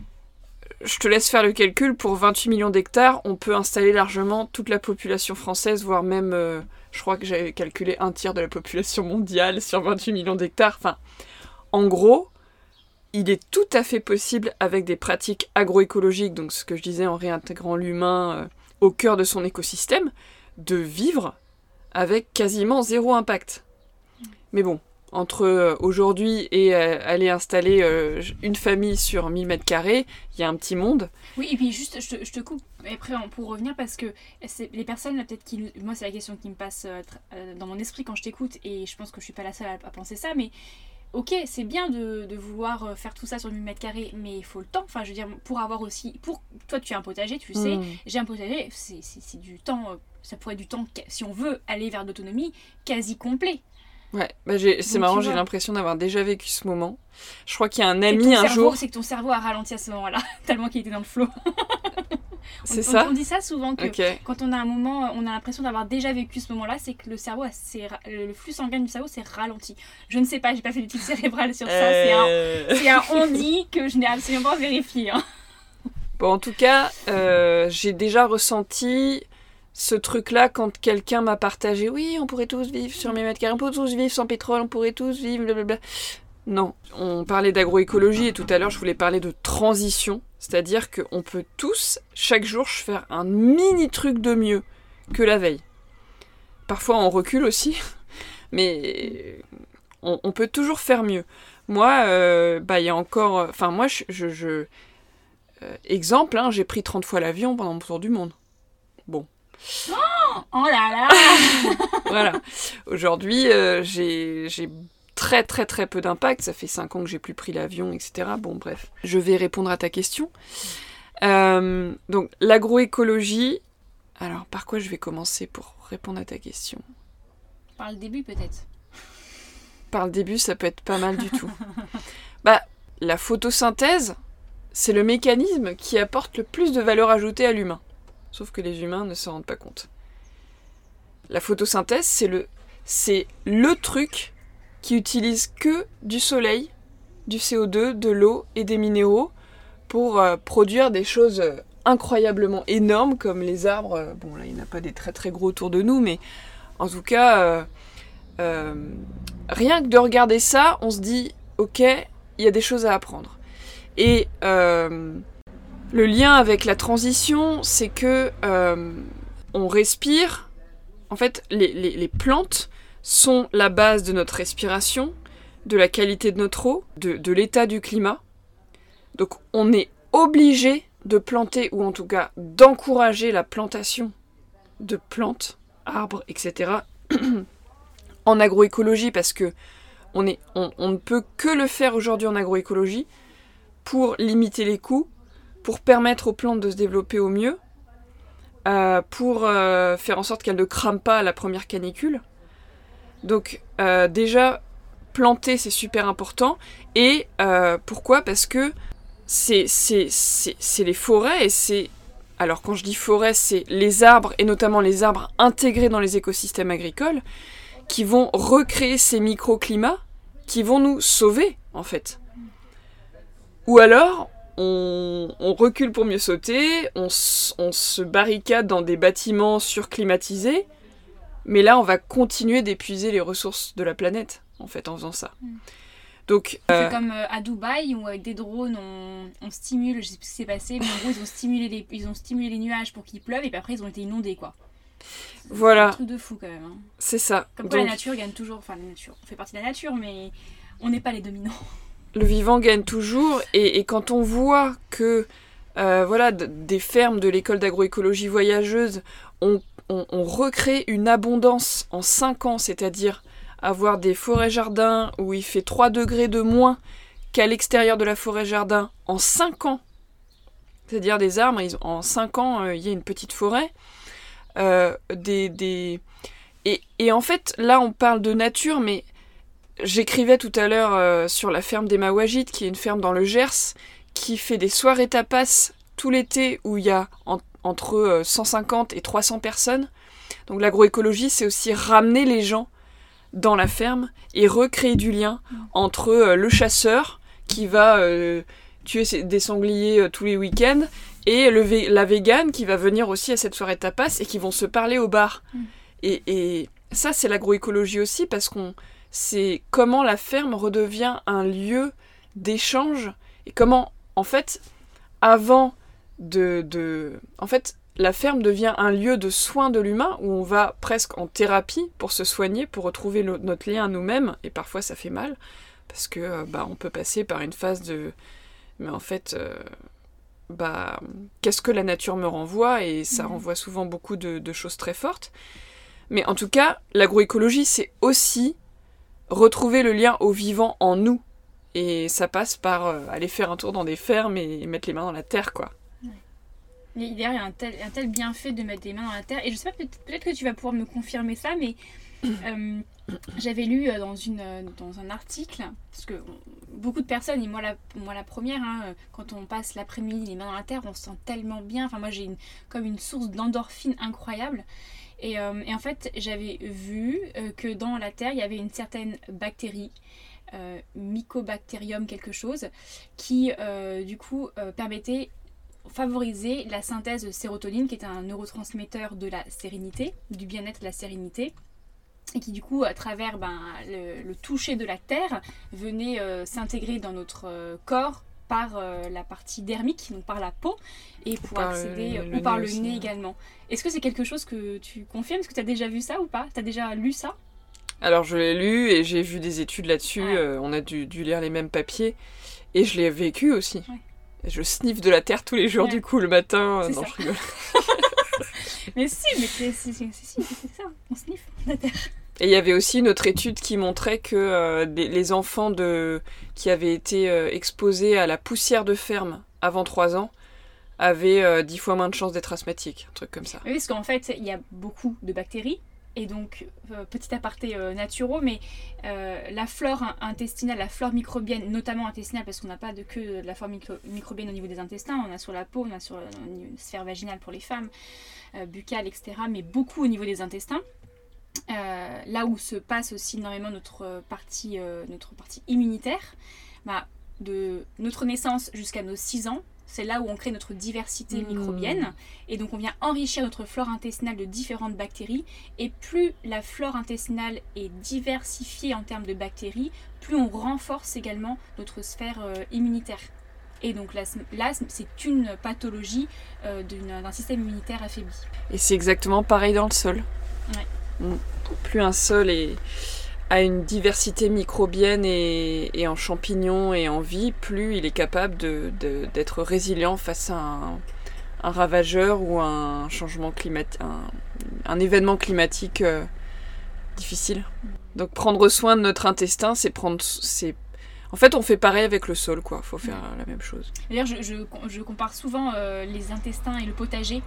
je te laisse faire le calcul, pour 28 millions d'hectares, on peut installer largement toute la population française, voire même, je crois que j'avais calculé un tiers de la population mondiale sur 28 millions d'hectares. Enfin, en gros, il est tout à fait possible, avec des pratiques agroécologiques, donc ce que je disais en réintégrant l'humain au cœur de son écosystème, de vivre avec quasiment zéro impact. Mais bon, entre aujourd'hui et aller installer une famille sur 1000 mètres carrés, il y a un petit monde. Oui, et puis juste, je te coupe, et après pour revenir, parce que les personnes, là, peut-être moi, c'est la question qui me passe dans mon esprit quand je t'écoute, et je pense que je suis pas la seule à penser ça, mais ok, c'est bien de vouloir faire tout ça sur 1000 mètres carrés, mais il faut le temps. Enfin, je veux dire, pour avoir aussi... Toi, tu as un potager, tu le sais. J'ai un potager, c'est du temps... ça pourrait être du temps, si on veut aller vers l'autonomie, quasi complet. Ouais, c'est marrant, j'ai l'impression d'avoir déjà vécu ce moment. Je crois qu'il y a un ami un jour... C'est que ton cerveau a ralenti à ce moment-là, tellement qu'il était dans le flow. C'est ça. On dit ça souvent, que quand on a un moment, on a l'impression d'avoir déjà vécu ce moment-là, c'est que le cerveau, le flux sanguin du cerveau s'est ralenti. Je ne sais pas, j'ai pas fait d'études cérébrales sur ça, c'est un on dit que je n'ai absolument pas vérifié. Hein. Bon, en tout cas, j'ai déjà ressenti ce truc-là quand quelqu'un m'a partagé « Oui, on pourrait tous vivre sur 1000 mètres carrés, on pourrait tous vivre sans pétrole, on pourrait tous vivre... blablabla. » Non, on parlait d'agroécologie et tout à l'heure, je voulais parler de transition. C'est-à-dire qu'on peut tous, chaque jour, faire un mini truc de mieux que la veille. Parfois, on recule aussi, mais on peut toujours faire mieux. Moi, il y a encore... Enfin, moi, exemple, j'ai pris 30 fois l'avion pendant mon tour du monde. Bon. Oh là là. Voilà. Aujourd'hui, j'ai très très très peu d'impact, ça fait 5 ans que j'ai plus pris l'avion, etc. Bon bref, je vais répondre à ta question. Donc l'agroécologie, alors par quoi je vais commencer pour répondre à ta question ? Par le début peut-être. Par le début, ça peut être pas mal du tout. La photosynthèse, c'est le mécanisme qui apporte le plus de valeur ajoutée à l'humain. Sauf que les humains ne s'en rendent pas compte. La photosynthèse, c'est le truc qui utilise que du soleil, du CO2, de l'eau et des minéraux pour produire des choses incroyablement énormes comme les arbres. Bon, là, il n'y en a pas des très très gros autour de nous, mais en tout cas, rien que de regarder ça, on se dit, ok, il y a des choses à apprendre. Et le lien avec la transition, c'est que on respire. En fait, les plantes sont la base de notre respiration, de la qualité de notre eau, de l'état du climat. Donc on est obligé de planter, ou en tout cas d'encourager la plantation de plantes, arbres, etc. en agroécologie, parce que on ne peut que le faire aujourd'hui en agroécologie pour limiter les coûts, pour permettre aux plantes de se développer au mieux, pour faire en sorte qu'elles ne crament pas à la première canicule. Donc déjà, planter, c'est super important. Et pourquoi ? Parce que c'est les forêts, et c'est... Alors quand je dis forêt, c'est les arbres, et notamment les arbres intégrés dans les écosystèmes agricoles, qui vont recréer ces microclimats, qui vont nous sauver, en fait. Ou alors, on recule pour mieux sauter, on se barricade dans des bâtiments surclimatisés, mais là, on va continuer d'épuiser les ressources de la planète, en fait, en faisant ça. Donc, c'est comme à Dubaï, où avec des drones, on stimule, je sais plus ce qui s'est passé, mais en gros, ils ont stimulé les nuages pour qu'ils pleuvent, et puis après, ils ont été inondés, quoi. Voilà. C'est un truc de fou, quand même. Hein. C'est ça. Comme quoi, la nature gagne toujours... Enfin, la nature, on fait partie de la nature, mais on n'est pas les dominants. Le vivant gagne toujours, et quand on voit que des fermes de l'école d'agroécologie voyageuse, on recrée une abondance en 5 ans, c'est-à-dire avoir des forêts-jardins où il fait 3 degrés de moins qu'à l'extérieur de la forêt-jardin, en 5 ans, c'est-à-dire des arbres, en 5 ans, il y a une petite forêt, et en fait, là, on parle de nature, mais j'écrivais tout à l'heure sur la ferme des Mawajites, qui est une ferme dans le Gers, qui fait des soirées tapas tout l'été, où il y a entre 150 et 300 personnes. Donc l'agroécologie, c'est aussi ramener les gens dans la ferme et recréer du lien entre le chasseur qui va tuer des sangliers tous les week-ends et la végane qui va venir aussi à cette soirée tapas et qui vont se parler au bar. Et ça, c'est l'agroécologie aussi, parce c'est comment la ferme redevient un lieu d'échange et comment, en fait, en fait, la ferme devient un lieu de soins de l'humain où on va presque en thérapie pour se soigner, pour retrouver notre lien à nous-mêmes, et parfois ça fait mal, parce que on peut passer par une phase de... Mais en fait, qu'est-ce que la nature me renvoie ? Et ça renvoie souvent beaucoup de choses très fortes. Mais en tout cas, l'agroécologie, c'est aussi retrouver le lien au vivant en nous. Et ça passe par aller faire un tour dans des fermes et mettre les mains dans la terre, quoi. D'ailleurs, il y a un tel bienfait de mettre les mains dans la terre. Et je sais pas, peut-être que tu vas pouvoir me confirmer ça, mais j'avais lu dans un article, parce que beaucoup de personnes, et moi la première, quand on passe l'après-midi les mains dans la terre, on se sent tellement bien. Enfin, moi, j'ai comme une source d'endorphine incroyable. Et en fait, j'avais vu que dans la terre, il y avait une certaine bactérie, Mycobacterium quelque chose, qui du coup permettait favoriser la synthèse de sérotonine, qui est un neurotransmetteur de la sérénité, du bien-être, de la sérénité, et qui du coup, à travers le toucher de la terre, venait s'intégrer dans notre corps par la partie dermique, donc par la peau, et pour accéder, ou par le nez également. Est-ce que c'est quelque chose que tu confirmes ? Est-ce que tu as déjà vu ça ou pas ? Tu as déjà lu ça ? Alors je l'ai lu et j'ai vu des études là-dessus, on a dû lire les mêmes papiers, et je l'ai vécu aussi. Ouais. Je sniffe de la terre tous les jours, du coup, le matin. Non, je rigole. Mais c'est ça, on sniffe la terre. Et il y avait aussi une autre étude qui montrait que les enfants qui avaient été exposés à la poussière de ferme avant 3 ans avaient 10 fois moins de chances d'être asthmatiques, un truc comme ça. Oui, parce qu'en fait, il y a beaucoup de bactéries. Et donc, petit aparté naturaux, mais la flore intestinale, la flore microbienne, notamment intestinale, parce qu'on n'a pas que de la flore microbienne au niveau des intestins, on a sur la peau, on a sur une sphère vaginale pour les femmes, buccale, etc., mais beaucoup au niveau des intestins. Là où se passe aussi énormément notre partie immunitaire, de notre naissance jusqu'à nos 6 ans, c'est là où on crée notre diversité microbienne, et donc on vient enrichir notre flore intestinale de différentes bactéries, et plus la flore intestinale est diversifiée en termes de bactéries, plus on renforce également notre sphère immunitaire. Et donc l'asthme, c'est une pathologie d'un système immunitaire affaibli. Et c'est exactement pareil dans le sol. Ouais. Plus un sol a une diversité microbienne et en champignons et en vie, plus il est capable d'être résilient face à un ravageur ou un changement climatique, un événement climatique difficile. Donc prendre soin de notre intestin, en fait, on fait pareil avec le sol, quoi. Faut faire la même chose. D'ailleurs, je compare souvent les intestins et le potager.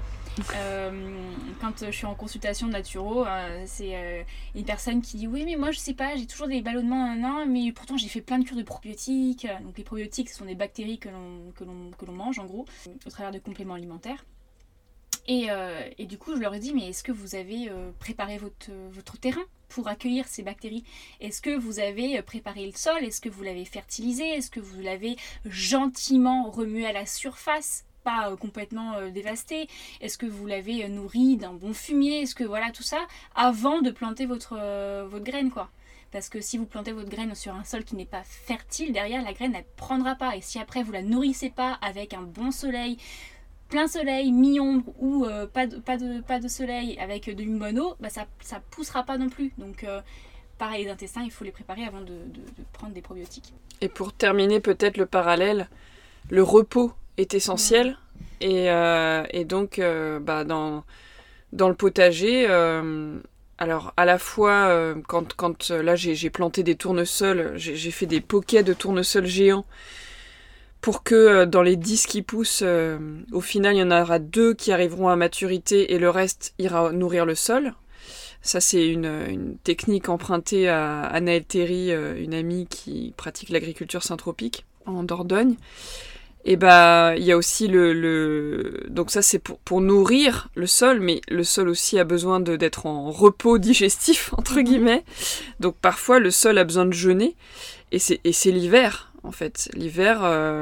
Quand je suis en consultation de naturo, c'est une personne qui dit oui, mais moi je sais pas, j'ai toujours des ballonnements, mais pourtant j'ai fait plein de cures de probiotiques. Donc les probiotiques, ce sont des bactéries que l'on mange en gros, au travers de compléments alimentaires. Et du coup, je leur ai dit, mais est-ce que vous avez préparé votre terrain pour accueillir ces bactéries ? Est-ce que vous avez préparé le sol ? Est-ce que vous l'avez fertilisé ? Est-ce que vous l'avez gentiment remué à la surface ? Pas complètement dévasté ? Est-ce que vous l'avez nourri d'un bon fumier ? Est-ce que voilà tout ça avant de planter votre graine, quoi ? Parce que si vous plantez votre graine sur un sol qui n'est pas fertile, derrière la graine elle prendra pas. Et si après vous la nourrissez pas avec un bon soleil, plein soleil, mi-ombre ou pas de soleil avec de mono, ça poussera pas non plus. Donc pareil, les intestins, il faut les préparer avant de prendre des probiotiques. Et pour terminer peut-être le parallèle, le repos est essentiel. Et donc dans le potager, Alors, à la fois, quand là, j'ai planté des tournesols, j'ai fait des poquets de tournesols géants pour que dans les 10 qui poussent, au final, il y en aura 2 qui arriveront à maturité et le reste ira nourrir le sol. Ça, c'est une technique empruntée à Anaëlle Théry, une amie qui pratique l'agriculture syntropique en Dordogne. Et bah, il y a aussi donc ça, c'est pour nourrir le sol, mais le sol aussi a besoin d'être en repos digestif, entre guillemets. Donc parfois, le sol a besoin de jeûner. Et c'est l'hiver, en fait. L'hiver,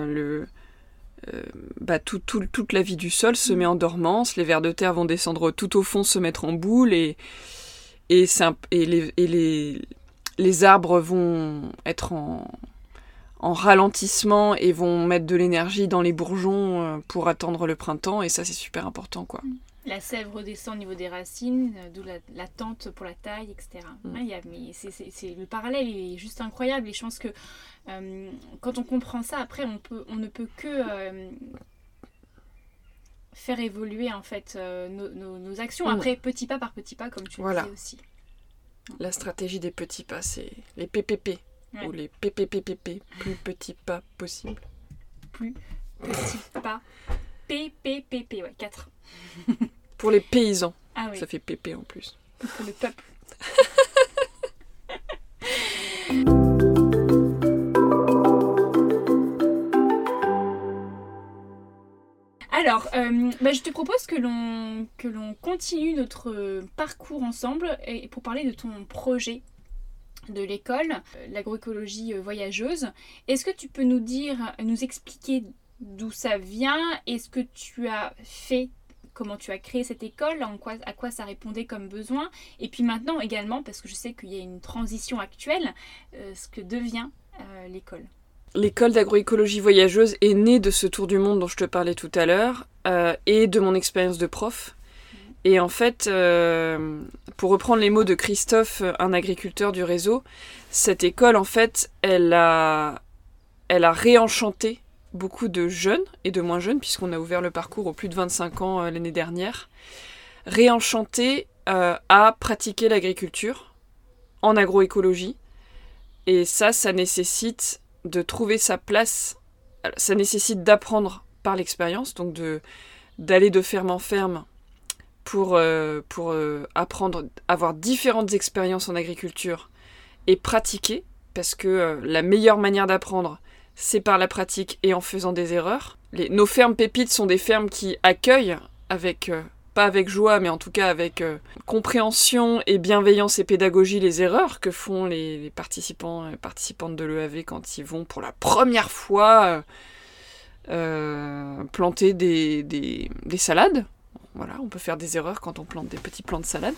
toute la vie du sol se met en dormance. Les vers de terre vont descendre tout au fond, se mettre en boule. Et les arbres vont être en ralentissement et vont mettre de l'énergie dans les bourgeons pour attendre le printemps, et ça c'est super important, quoi. La sève redescend au niveau des racines, d'où la tente pour la taille, etc. Mais le parallèle est juste incroyable, et je pense que quand on comprend ça, après on ne peut que faire évoluer en fait nos actions, après petit pas par petit pas, comme tu le disais aussi. La stratégie des petits pas, c'est les PPP. Ou les PPPPP, plus petits pas possible. Plus petits pas. PPPP, 4. Pour les paysans. Ah oui. Ça fait PP en plus. Pour le peuple. Alors, je te propose que l'on continue notre parcours ensemble et pour parler de ton projet de l'école, l'agroécologie voyageuse. Est-ce que tu peux nous expliquer d'où ça vient? Est-ce que tu as fait, comment tu as créé cette école, à quoi ça répondait comme besoin? Et puis maintenant également, parce que je sais qu'il y a une transition actuelle, ce que devient l'école. L'école d'agroécologie voyageuse est née de ce tour du monde dont je te parlais tout à l'heure, et de mon expérience de prof. Et en fait, pour reprendre les mots de Christophe, un agriculteur du réseau, cette école, en fait, elle a réenchanté beaucoup de jeunes et de moins jeunes, puisqu'on a ouvert le parcours aux plus de 25 ans l'année dernière, réenchanté à pratiquer l'agriculture en agroécologie. Et ça nécessite de trouver sa place, ça nécessite d'apprendre par l'expérience, donc d'aller de ferme en ferme, pour apprendre, avoir différentes expériences en agriculture et pratiquer, parce que la meilleure manière d'apprendre, c'est par la pratique et en faisant des erreurs. Nos fermes pépites sont des fermes qui accueillent pas avec joie, mais en tout cas avec compréhension et bienveillance et pédagogie les erreurs que font les participants et participantes de l'EAV quand ils vont pour la première fois planter des salades. Voilà, on peut faire des erreurs quand on plante des petits plants de salade.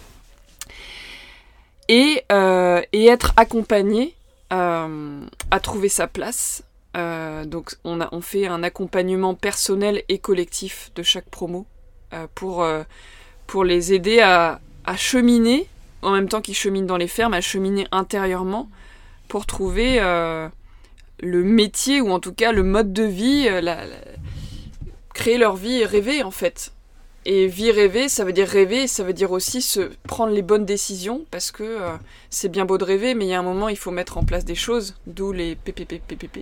Et être accompagné à trouver sa place. Donc on fait un accompagnement personnel et collectif de chaque promo pour les aider à cheminer, en même temps qu'ils cheminent dans les fermes, à cheminer intérieurement pour trouver le métier, ou en tout cas le mode de vie, créer leur vie et rêver en fait. Et vie rêver, ça veut dire rêver, ça veut dire aussi prendre les bonnes décisions, parce que c'est bien beau de rêver, mais il y a un moment, il faut mettre en place des choses, d'où les PPP.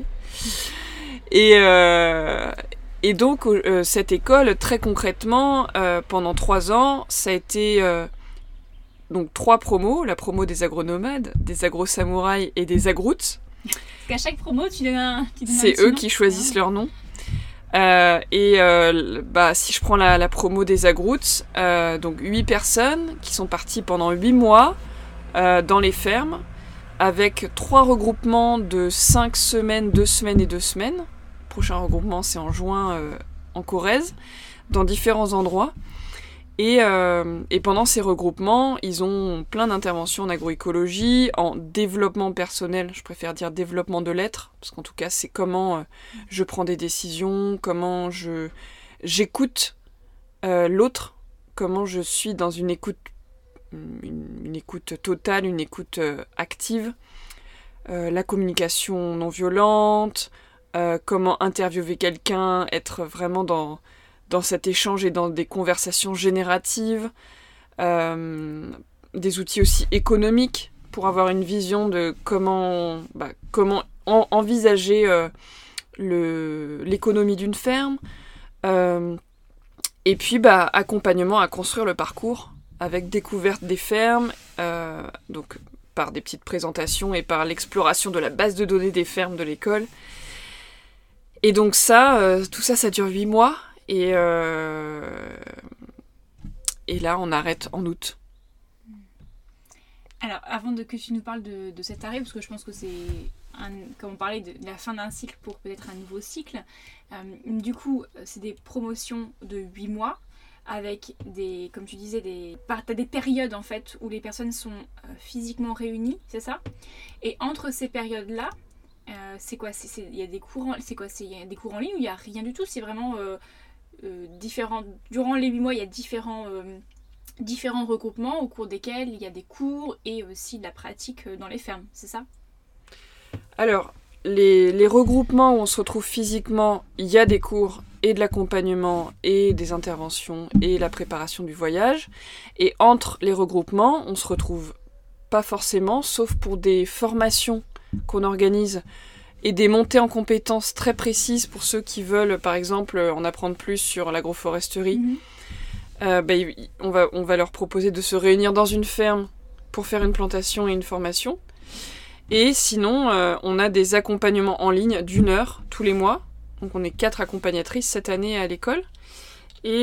Et donc, cette école, très concrètement, pendant 3 ans, ça a été donc 3 promos, la promo des agronomades, des agrosamouraïs et des agroutes. Parce qu'à chaque promo, tu donnes un c'est eux qui choisissent leur nom. Si je prends la promo des agroutes, donc 8 personnes qui sont parties pendant 8 mois dans les fermes, avec 3 regroupements de 5 semaines, 2 semaines et 2 semaines. Le prochain regroupement, c'est en juin en Corrèze, dans différents endroits. Et pendant ces regroupements, ils ont plein d'interventions en agroécologie, en développement personnel, je préfère dire développement de l'être, parce qu'en tout cas, c'est comment je prends des décisions, comment j'écoute l'autre, comment je suis dans une écoute totale, une écoute active, la communication non violente, comment interviewer quelqu'un, être vraiment dans cet échange et dans des conversations génératives, des outils aussi économiques pour avoir une vision de comment envisager l'économie d'une ferme. Et puis, accompagnement à construire le parcours avec découverte des fermes, donc par des petites présentations et par l'exploration de la base de données des fermes de l'école. Et donc tout ça, ça dure 8 mois. Et là, on arrête en août. Alors, avant que tu nous parles de cet arrêt, parce que je pense que c'est, comme on parlait de la fin d'un cycle pour peut-être un nouveau cycle, du coup, c'est des promotions de 8 mois, avec comme tu disais, t'as des périodes en fait où les personnes sont physiquement réunies, c'est ça? Et entre ces périodes-là, c'est quoi? Il y a des cours il y a des cours en ligne ou il n'y a rien du tout? C'est vraiment différent. Durant les 8 mois, il y a différents regroupements au cours desquels il y a des cours et aussi de la pratique dans les fermes, c'est ça? Alors, les regroupements où on se retrouve physiquement, il y a des cours et de l'accompagnement et des interventions et la préparation du voyage. Et entre les regroupements, on se retrouve pas forcément, sauf pour des formations qu'on organise et des montées en compétences très précises pour ceux qui veulent, par exemple, en apprendre plus sur l'agroforesterie. On va leur proposer de se réunir dans une ferme pour faire une plantation et une formation. Et sinon, on a des accompagnements en ligne d'1 heure tous les mois. Donc on est 4 accompagnatrices cette année à l'école. Et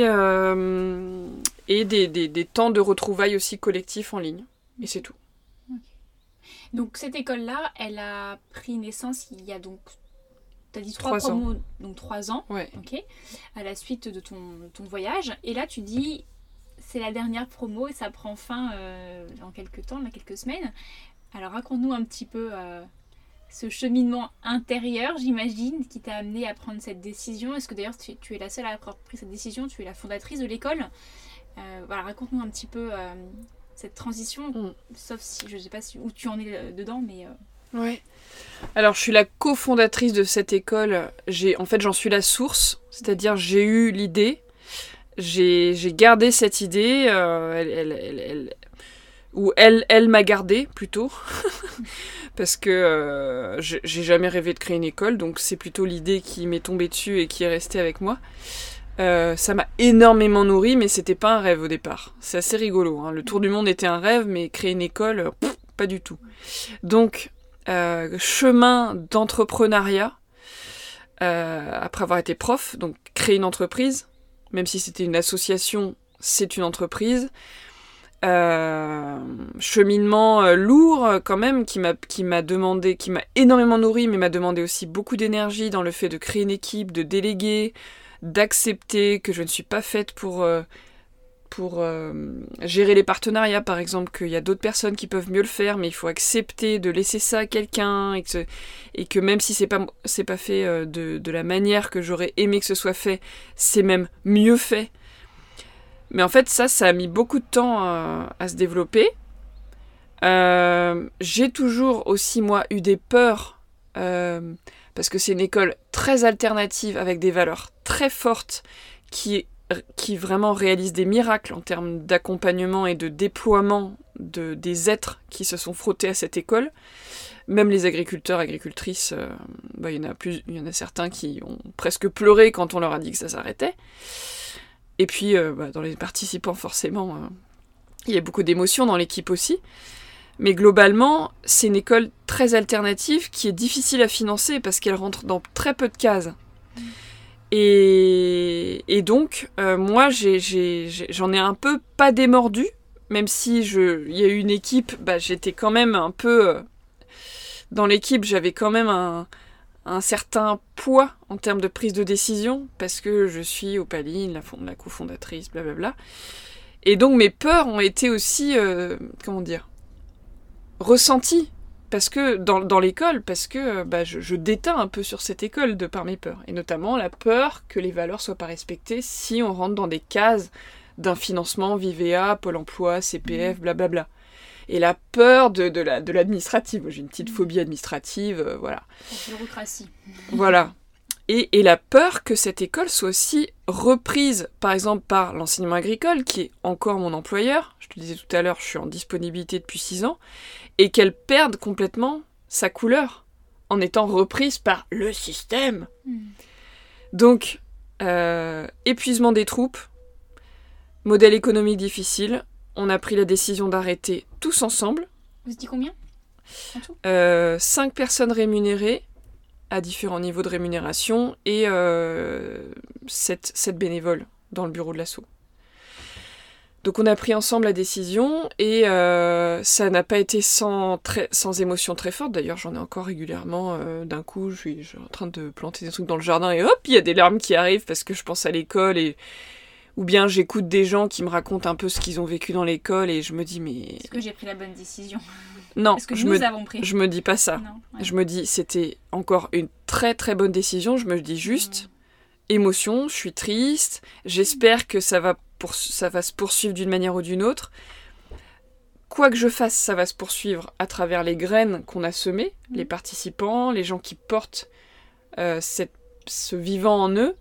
des temps de retrouvailles aussi collectifs en ligne. Et c'est tout. Okay. Donc cette école-là, elle a pris naissance il y a donc... Tu as dit 3 promos, donc 3 ans, ouais. Okay, à la suite de ton voyage. Et là, tu dis, c'est la dernière promo et ça prend fin dans quelques temps, dans quelques semaines. Alors, raconte-nous un petit peu ce cheminement intérieur, j'imagine, qui t'a amené à prendre cette décision. Est-ce que d'ailleurs, tu es la seule à avoir pris cette décision? Tu es la fondatrice de l'école. Voilà, raconte-nous un petit peu cette transition, sauf si, je ne sais pas où tu en es dedans, mais... Ouais. Alors, je suis la cofondatrice de cette école. En fait, j'en suis la source. C'est-à-dire, j'ai eu l'idée. J'ai gardé cette idée. Elle m'a gardé, plutôt. Parce que j'ai jamais rêvé de créer une école. Donc, c'est plutôt l'idée qui m'est tombée dessus et qui est restée avec moi. Ça m'a énormément nourrie, mais c'était pas un rêve au départ. C'est assez rigolo, hein. Le tour du monde était un rêve, mais créer une école, pas du tout. Donc... chemin d'entrepreneuriat après avoir été prof, donc créer une entreprise, même si c'était une association, c'est une entreprise. Cheminement lourd quand même, qui m'a énormément nourri, mais m'a demandé aussi beaucoup d'énergie dans le fait de créer une équipe, de déléguer, d'accepter que je ne suis pas faite pour gérer les partenariats, par exemple, qu'il y a d'autres personnes qui peuvent mieux le faire, mais il faut accepter de laisser ça à quelqu'un, et que même si c'est pas fait de la manière que j'aurais aimé que ce soit fait, c'est même mieux fait. Mais en fait, ça a mis beaucoup de temps à se développer. J'ai toujours aussi, moi, eu des peurs, parce que c'est une école très alternative, avec des valeurs très fortes, qui vraiment réalisent des miracles en termes d'accompagnement et de déploiement des êtres qui se sont frottés à cette école. Même les agriculteurs, agricultrices, il y en a certains qui ont presque pleuré quand on leur a dit que ça s'arrêtait. Et puis, dans les participants, forcément, il y a beaucoup d'émotions dans l'équipe aussi. Mais globalement, c'est une école très alternative qui est difficile à financer parce qu'elle rentre dans très peu de cases. Et donc, moi, j'en ai un peu pas démordu, même si il y a eu une équipe, j'étais quand même un peu... dans l'équipe, j'avais quand même un certain poids en termes de prise de décision, parce que je suis Opaline, la cofondatrice, blablabla. Et donc, mes peurs ont été aussi, ressenties. Parce que dans l'école, parce que je déteins un peu sur cette école de par mes peurs. Et notamment la peur que les valeurs soient pas respectées si on rentre dans des cases d'un financement Vivea, Pôle emploi, CPF, blablabla. Et la peur de l'administrative. J'ai une petite phobie administrative, voilà. La bureaucratie. Voilà. Et la peur que cette école soit aussi reprise, par exemple, par l'enseignement agricole, qui est encore mon employeur. Je te disais tout à l'heure, je suis en disponibilité depuis 6 ans. Et qu'elle perde complètement sa couleur en étant reprise par le système. Donc, épuisement des troupes, modèle économique difficile. On a pris la décision d'arrêter tous ensemble. Vous étiez combien en tout 5 personnes rémunérées à différents niveaux de rémunération et 7 bénévoles dans le bureau de l'asso. Donc on a pris ensemble la décision et ça n'a pas été sans émotion très forte. D'ailleurs j'en ai encore régulièrement. D'un coup je suis en train de planter des trucs dans le jardin et hop, il y a des larmes qui arrivent parce que je pense à l'école ou bien j'écoute des gens qui me racontent un peu ce qu'ils ont vécu dans l'école et je me dis mais... Est-ce que j'ai pris la bonne décision ? Non, Est-ce que nous avons pris ? Je me dis pas ça. Non, ouais. Je me dis c'était encore une très très bonne décision. Je me dis juste émotion, je suis triste. J'espère que ça va se poursuivre d'une manière ou d'une autre. Quoi que je fasse, ça va se poursuivre à travers les graines qu'on a semées, les participants, les gens qui portent ce vivant en eux.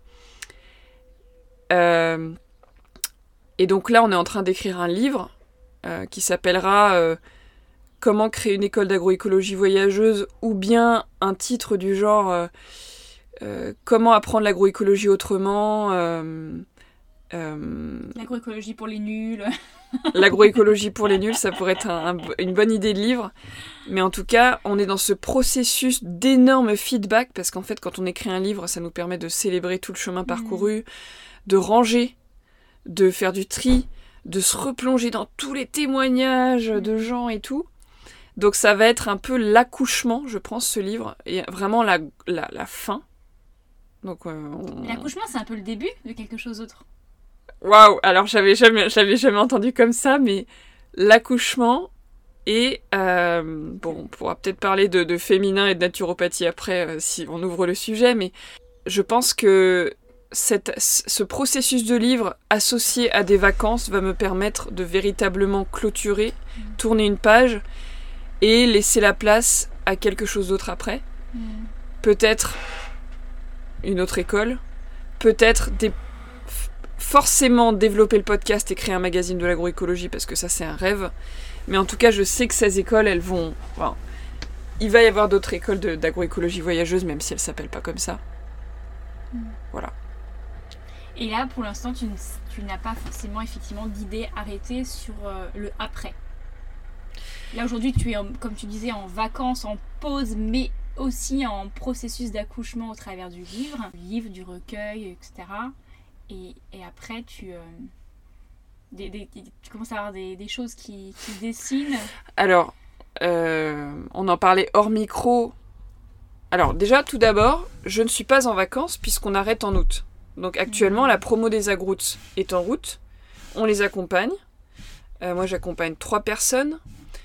Et donc là, on est en train d'écrire un livre qui s'appellera Comment créer une école d'agroécologie voyageuse, ou bien un titre du genre Comment apprendre l'agroécologie autrement. L'agroécologie pour les nuls. L'agroécologie pour les nuls, ça pourrait être une bonne idée de livre. Mais en tout cas, on est dans ce processus d'énorme feedback, parce qu'en fait, quand on écrit un livre, ça nous permet de célébrer tout le chemin parcouru, de ranger, de faire du tri, de se replonger dans tous les témoignages de gens et tout. Donc ça va être un peu l'accouchement, je pense, ce livre, et vraiment la fin. Donc, L'accouchement, c'est un peu le début de quelque chose d'autre. Waouh, alors je l'avais jamais entendu comme ça, mais l'accouchement et on pourra peut-être parler de féminin et de naturopathie après si on ouvre le sujet, mais je pense que ce processus de livre associé à des vacances va me permettre de véritablement clôturer, tourner une page et laisser la place à quelque chose d'autre après. Peut-être une autre école, peut-être forcément développer le podcast et créer un magazine de l'agroécologie, parce que ça c'est un rêve. Mais en tout cas, je sais que ces écoles, elles vont... Enfin, il va y avoir d'autres écoles d'agroécologie voyageuse, même si elles s'appellent pas comme ça. Voilà. Et là, pour l'instant, tu n'as pas forcément effectivement d'idée arrêtée sur le après. Là, aujourd'hui, tu es, comme tu disais, en vacances, en pause, mais aussi en processus d'accouchement au travers du livre, du recueil, etc. Et après, tu commences à avoir des choses qui se dessinent. Alors, on en parlait hors micro. Alors, déjà, tout d'abord, je ne suis pas en vacances puisqu'on arrête en août. Donc, actuellement, la promo des Agroutes est en route. On les accompagne. Moi, j'accompagne 3 personnes.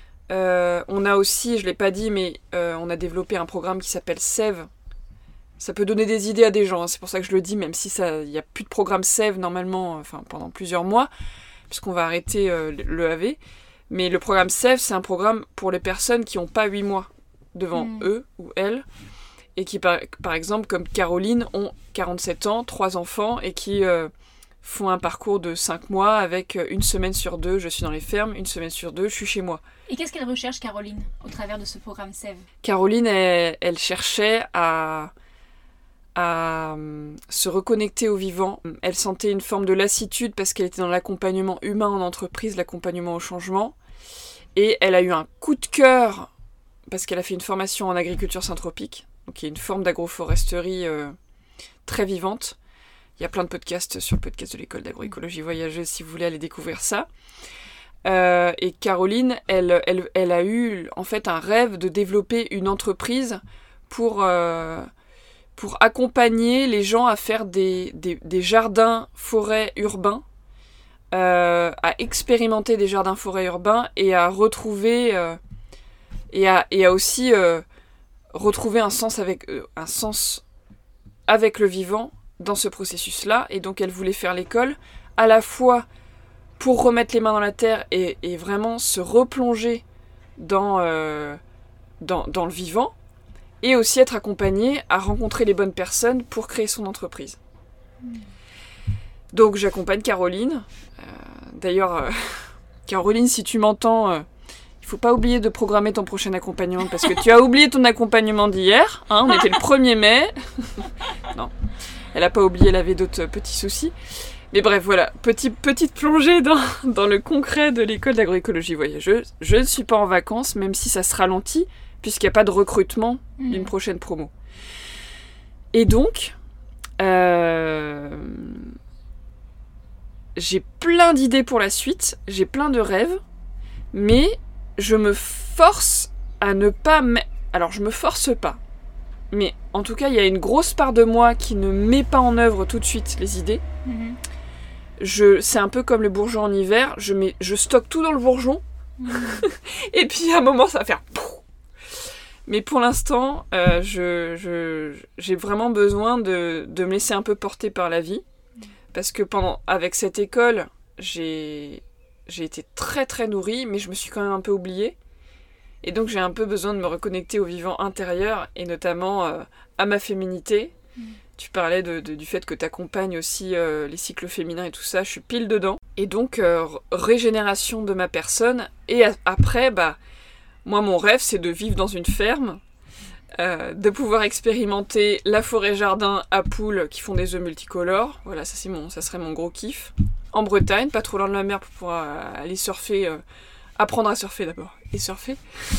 On a aussi, je ne l'ai pas dit, mais on a développé un programme qui s'appelle Sève. Ça peut donner des idées à des gens, hein. C'est pour ça que je le dis, même si il n'y a plus de programme Sève normalement, pendant plusieurs mois, puisqu'on va arrêter le AV. Mais le programme Sève, c'est un programme pour les personnes qui n'ont pas 8 mois devant eux ou elles, et qui, par exemple, comme Caroline, ont 47 ans, 3 enfants, et qui font un parcours de 5 mois avec 1 semaine sur 2, je suis dans les fermes, 1 semaine sur 2, je suis chez moi. Et qu'est-ce qu'elle recherche, Caroline, au travers de ce programme Sève ? Caroline, elle cherchait à se reconnecter au vivant. Elle sentait une forme de lassitude parce qu'elle était dans l'accompagnement humain en entreprise, l'accompagnement au changement. Et elle a eu un coup de cœur parce qu'elle a fait une formation en agriculture syntropique, donc qui est une forme d'agroforesterie très vivante. Il y a plein de podcasts sur le podcast de l'école d'agroécologie voyageuse si vous voulez aller découvrir ça. Et Caroline, elle a eu en fait un rêve de développer une entreprise pour accompagner les gens à faire des jardins forêts urbains, à expérimenter des jardins forêts urbains et à retrouver et à aussi retrouver un sens avec le vivant dans ce processus-là. Et donc elle voulait faire l'école à la fois pour remettre les mains dans la terre et vraiment se replonger dans le vivant, et aussi être accompagné à rencontrer les bonnes personnes pour créer son entreprise. Donc j'accompagne Caroline. D'ailleurs, Caroline, si tu m'entends, il faut pas oublier de programmer ton prochain accompagnement parce que tu as oublié ton accompagnement d'hier. Hein, on était le 1er mai. Non, elle a pas oublié, elle avait d'autres petits soucis. Mais bref, voilà, petite plongée dans le concret de l'école d'agroécologie voyageuse. Je ne suis pas en vacances, même si ça se ralentit, puisqu'il n'y a pas de recrutement d'une prochaine promo. Et donc, j'ai plein d'idées pour la suite, j'ai plein de rêves, mais je me force à ne pas... Alors, je me force pas. Mais en tout cas, il y a une grosse part de moi qui ne met pas en œuvre tout de suite les idées. C'est un peu comme le bourgeon en hiver, je stocke tout dans le bourgeon, et puis à un moment ça va faire pouf. Mais pour l'instant, j'ai vraiment besoin de me laisser un peu porter par la vie, parce que avec cette école, j'ai été très très nourrie, mais je me suis quand même un peu oubliée, et donc j'ai un peu besoin de me reconnecter au vivant intérieur, et notamment à ma féminité. Tu parlais du fait que tu accompagnes aussi les cycles féminins et tout ça, je suis pile dedans. Et donc, régénération de ma personne. Et après, moi, mon rêve, c'est de vivre dans une ferme, de pouvoir expérimenter la forêt-jardin à poules qui font des œufs multicolores. Voilà, ça serait mon gros kiff. En Bretagne, pas trop loin de la mer pour pouvoir aller surfer, apprendre à surfer d'abord. Et surfer.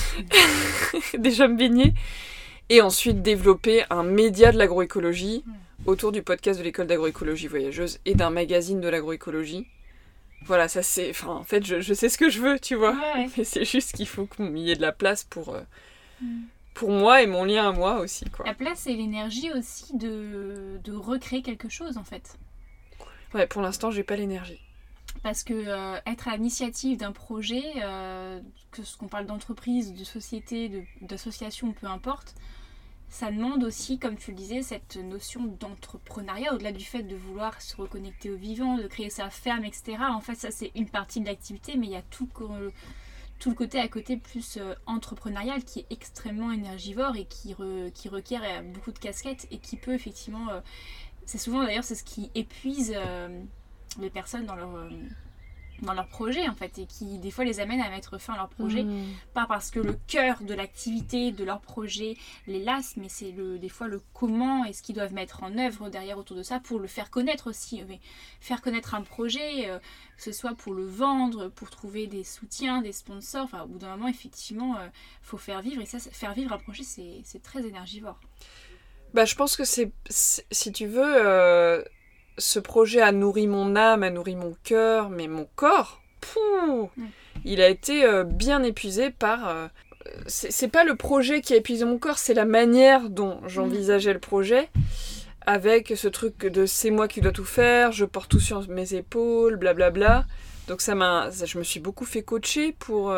Déjà me baigner. Et ensuite développer un média de l'agroécologie autour du podcast de l'école d'agroécologie voyageuse et d'un magazine de l'agroécologie. Voilà, ça c'est... Enfin, en fait, je sais ce que je veux, tu vois. Ouais. Mais c'est juste qu'il faut qu'il y ait de la place pour moi et mon lien à moi aussi, quoi. La place et l'énergie aussi de recréer quelque chose, en fait. Ouais, pour l'instant, j'ai pas l'énergie. Parce que être à l'initiative d'un projet, que ce qu'on parle d'entreprise, de société, d'association, peu importe, ça demande aussi, comme tu le disais, cette notion d'entrepreneuriat, au-delà du fait de vouloir se reconnecter au vivant, de créer sa ferme, etc. En fait, ça c'est une partie de l'activité, mais il y a tout le côté à côté plus entrepreneurial qui est extrêmement énergivore et qui requiert beaucoup de casquettes et qui peut effectivement... c'est souvent d'ailleurs c'est ce qui épuise les personnes dans leur projet en fait, et qui des fois les amène à mettre fin à leur projet, pas parce que le cœur de l'activité de leur projet les lasse, mais c'est des fois le comment et ce qu'ils doivent mettre en œuvre derrière autour de ça pour le faire connaître aussi, faire connaître un projet, que ce soit pour le vendre, pour trouver des soutiens, des sponsors, enfin au bout d'un moment effectivement faut faire vivre, et ça faire vivre un projet c'est très énergivore. Je pense que c'est si tu veux ce projet a nourri mon âme, a nourri mon cœur, mais mon corps, il a été bien épuisé par... c'est pas le projet qui a épuisé mon corps, c'est la manière dont j'envisageais le projet, avec ce truc de c'est moi qui dois tout faire, je porte tout sur mes épaules, blablabla. Donc je me suis beaucoup fait coacher pour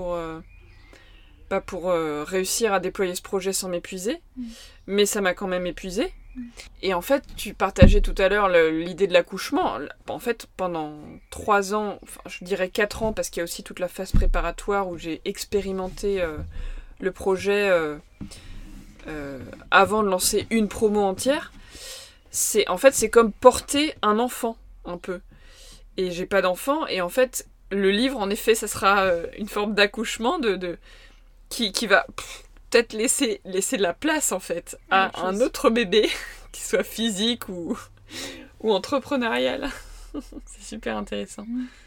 réussir à déployer ce projet sans m'épuiser, mais ça m'a quand même épuisée. Et en fait, tu partageais tout à l'heure l'idée de l'accouchement. En fait, pendant 3 ans, enfin, je dirais 4 ans, parce qu'il y a aussi toute la phase préparatoire où j'ai expérimenté le projet avant de lancer une promo entière. C'est comme porter un enfant, un peu. Et j'ai pas d'enfant, et en fait, le livre, en effet, ça sera une forme d'accouchement qui va... peut-être laisser de la place en fait à un autre bébé qui soit physique ou entrepreneurial. C'est super intéressant.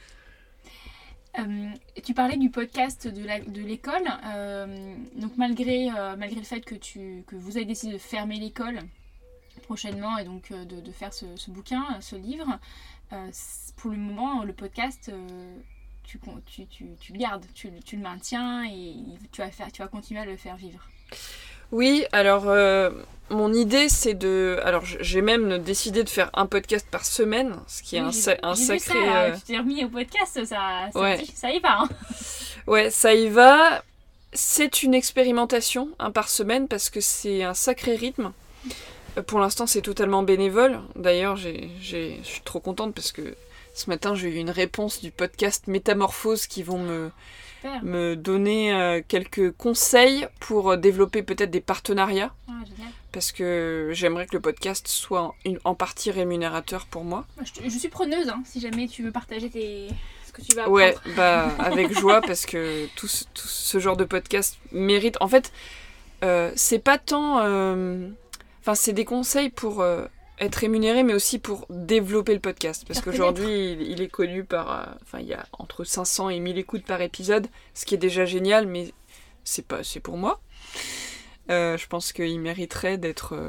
Tu parlais du podcast de l'école, donc malgré le fait que vous avez décidé de fermer l'école prochainement et donc de faire ce bouquin, ce livre, pour le moment le podcast tu le gardes, tu le maintiens et tu vas continuer à le faire vivre. Oui, alors mon idée c'est de... Alors j'ai même décidé de faire un podcast par semaine, ce qui est un sacré... Ça, tu t'es remis au podcast, ça y va. Hein. Ouais, ça y va. C'est une expérimentation, un par semaine, parce que c'est un sacré rythme. Pour l'instant c'est totalement bénévole. D'ailleurs je suis trop contente parce que Ce matin, j'ai eu une réponse du podcast Métamorphose qui vont me donner quelques conseils pour développer peut-être des partenariats. Ah, génial. Parce que j'aimerais que le podcast soit en partie rémunérateur pour moi. Je suis preneuse, hein, si jamais tu veux partager ce que tu vas apprendre. Ouais, avec joie, parce que tout ce genre de podcast mérite... En fait, c'est pas tant... c'est des conseils pour être rémunéré, mais aussi pour développer le podcast. Parce qu'aujourd'hui, il est connu par... il y a entre 500 et 1000 écoutes par épisode, ce qui est déjà génial, mais c'est pour moi. Je pense qu'il mériterait d'être...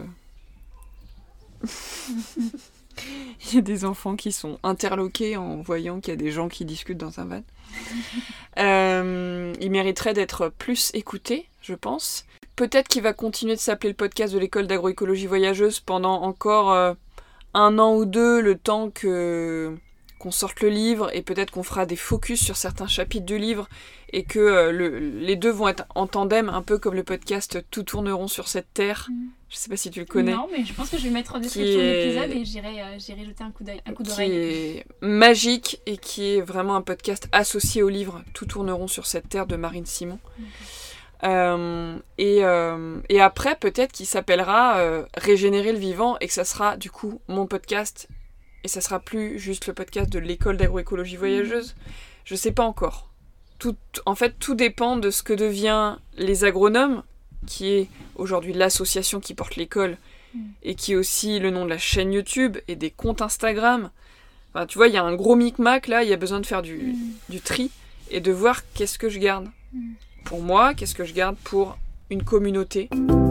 Il y a des enfants qui sont interloqués en voyant qu'il y a des gens qui discutent dans un van. Il mériterait d'être plus écouté, je pense. Peut-être qu'il va continuer de s'appeler le podcast de l'école d'agroécologie voyageuse pendant encore 1 an ou 2, le temps qu'on sorte le livre, et peut-être qu'on fera des focus sur certains chapitres du livre, et que les deux vont être en tandem, un peu comme le podcast Tout tourneront sur cette terre. Je sais pas si tu le connais. Non, mais je pense que je vais mettre en description l'épisode et j'irai jeter un coup d'oreille. Qui est magique et qui est vraiment un podcast associé au livre Tout tourneront sur cette terre de Marine Simon. Et après, peut-être qu'il s'appellera Régénérer le vivant, et que ça sera du coup mon podcast, et ça sera plus juste le podcast de l'école d'agroécologie voyageuse. Je sais pas encore. En fait, tout dépend de ce que devient les agronomes, qui est aujourd'hui l'association qui porte l'école, et qui est aussi le nom de la chaîne YouTube et des comptes Instagram. Enfin, tu vois, il y a un gros micmac là, il y a besoin de faire du tri et de voir qu'est-ce que je garde pour moi, qu'est-ce que je garde pour une communauté.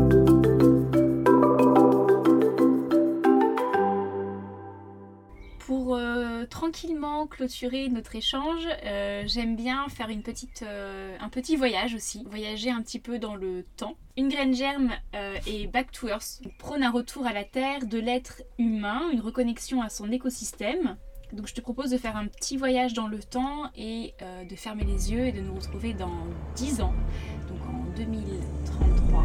Pour tranquillement clôturer notre échange, j'aime bien faire un petit voyage aussi, voyager un petit peu dans le temps. Une graine germe et Back to Earth prône un retour à la Terre de l'être humain, une reconnexion à son écosystème. Donc je te propose de faire un petit voyage dans le temps et de fermer les yeux et de nous retrouver dans 10 ans, donc en 2033.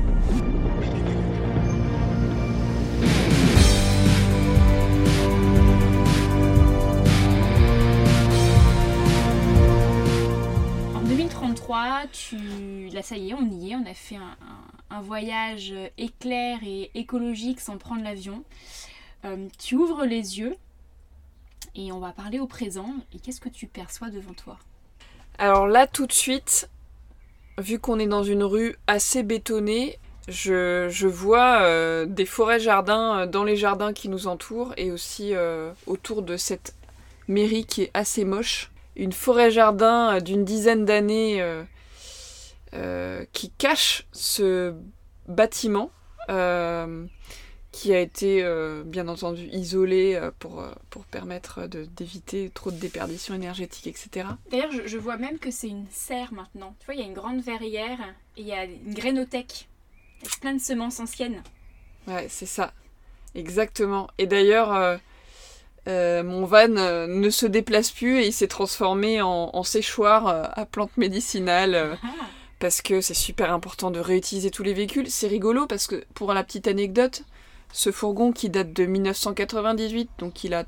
En 2033, là ça y est, on y est, on a fait un voyage éclair et écologique sans prendre l'avion. Tu ouvres les yeux et on va parler au présent. Et qu'est-ce que tu perçois devant toi ? Alors là, tout de suite, vu qu'on est dans une rue assez bétonnée, je vois des forêts-jardins dans les jardins qui nous entourent, et aussi autour de cette mairie qui est assez moche. Une forêt-jardin d'une dizaine d'années qui cache ce bâtiment qui a été bien entendu isolé pour permettre d'éviter trop de déperdition énergétique, etc. D'ailleurs, je vois même que c'est une serre maintenant. Tu vois, il y a une grande verrière et il y a une grainothèque avec plein de semences anciennes. Ouais, c'est ça. Exactement. Et d'ailleurs, mon van ne se déplace plus et il s'est transformé en séchoir à plantes médicinales. Parce que c'est super important de réutiliser tous les véhicules. C'est rigolo parce que, pour la petite anecdote, ce fourgon qui date de 1998, donc il a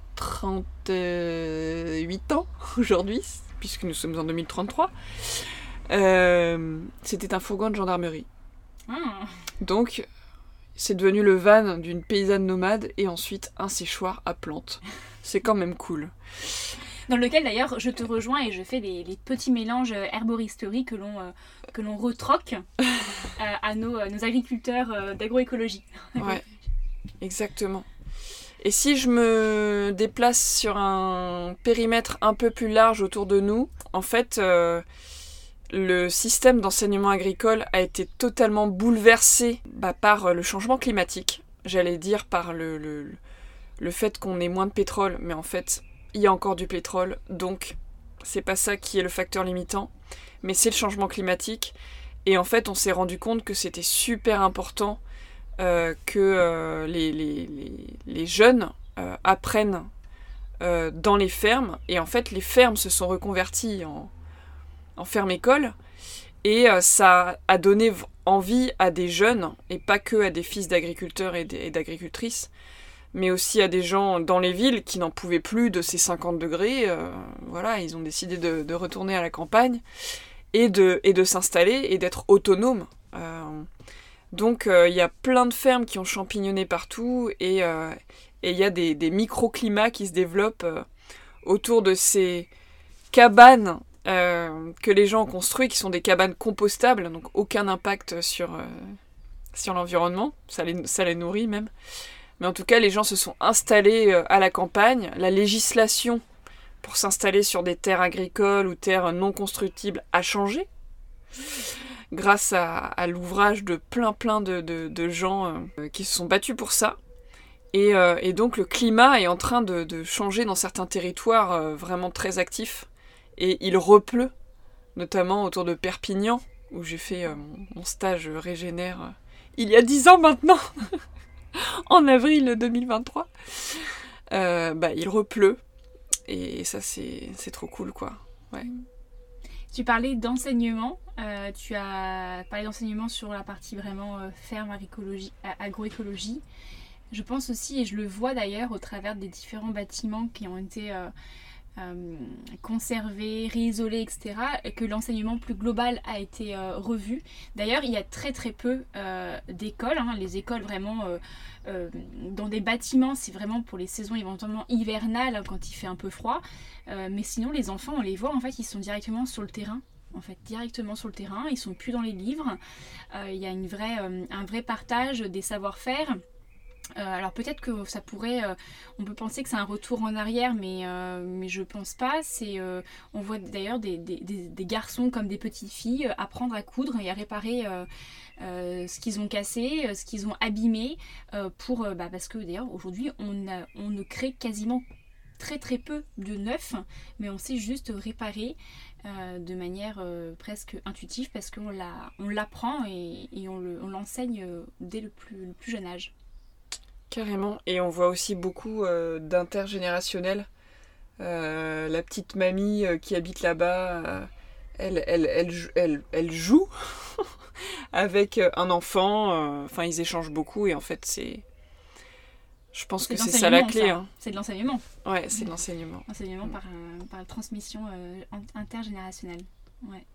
38 ans aujourd'hui, puisque nous sommes en 2033, c'était un fourgon de gendarmerie. Donc, c'est devenu le van d'une paysanne nomade et ensuite un séchoir à plantes. C'est quand même cool. Dans lequel d'ailleurs je te rejoins et je fais les petits mélanges herboristerie que l'on retroque à nos agriculteurs d'agroécologie. Ouais, exactement. Et si je me déplace sur un périmètre un peu plus large autour de nous, en fait, le système d'enseignement agricole a été totalement bouleversé par le changement climatique. J'allais dire par le fait qu'on ait moins de pétrole, mais en fait, il y a encore du pétrole, donc c'est pas ça qui est le facteur limitant, mais c'est le changement climatique. Et en fait, on s'est rendu compte que c'était super important que les jeunes apprennent dans les fermes. Et en fait, les fermes se sont reconverties en ferme-école. Et ça a donné envie à des jeunes, et pas que à des fils d'agriculteurs et d'agricultrices, mais aussi à des gens dans les villes qui n'en pouvaient plus de ces 50 degrés. Voilà, ils ont décidé de retourner à la campagne et de s'installer et d'être autonomes. Donc il y a plein de fermes qui ont champignonné partout et il y a des microclimats qui se développent autour de ces cabanes que les gens ont construites, qui sont des cabanes compostables, donc aucun impact sur l'environnement, ça les nourrit même. Mais en tout cas, les gens se sont installés à la campagne. La législation pour s'installer sur des terres agricoles ou terres non constructibles a changé, grâce à l'ouvrage de plein de gens qui se sont battus pour ça. Et donc le climat est en train de changer dans certains territoires vraiment très actifs. Et il repleut, notamment autour de Perpignan, où j'ai fait mon stage régénère il y a 10 ans maintenant, en avril 2023. Il repleut, et ça c'est trop cool, quoi. Ouais. Tu parlais d'enseignement, tu as parlé d'enseignement sur la partie vraiment ferme, agroécologie. Je pense aussi, et je le vois d'ailleurs au travers des différents bâtiments qui ont été conservés, réisolés, etc., que l'enseignement plus global a été revu. D'ailleurs, il y a très peu d'écoles, les écoles vraiment dans des bâtiments, c'est vraiment pour les saisons éventuellement hivernales, quand il fait un peu froid, mais sinon les enfants, on les voit, en fait, ils sont directement sur le terrain. Ils sont plus dans les livres. Il y a un vrai partage des savoir-faire. Alors peut-être que ça pourrait, on peut penser que c'est un retour en arrière, mais je pense pas. On voit d'ailleurs des garçons comme des petites filles apprendre à coudre et à réparer ce qu'ils ont cassé, ce qu'ils ont abîmé, parce que d'ailleurs aujourd'hui on ne crée quasiment très peu de neuf, mais on sait juste réparer de manière presque intuitive, parce qu'on l'apprend et on l'enseigne dès le plus jeune âge. Carrément, et on voit aussi beaucoup d'intergénérationnel. La petite mamie qui habite là-bas, elle joue avec un enfant. Enfin, ils échangent beaucoup, et en fait, je pense que c'est ça la clé. Hein. C'est de l'enseignement. Ouais, c'est de l'enseignement. L'enseignement par la transmission intergénérationnelle. Ouais.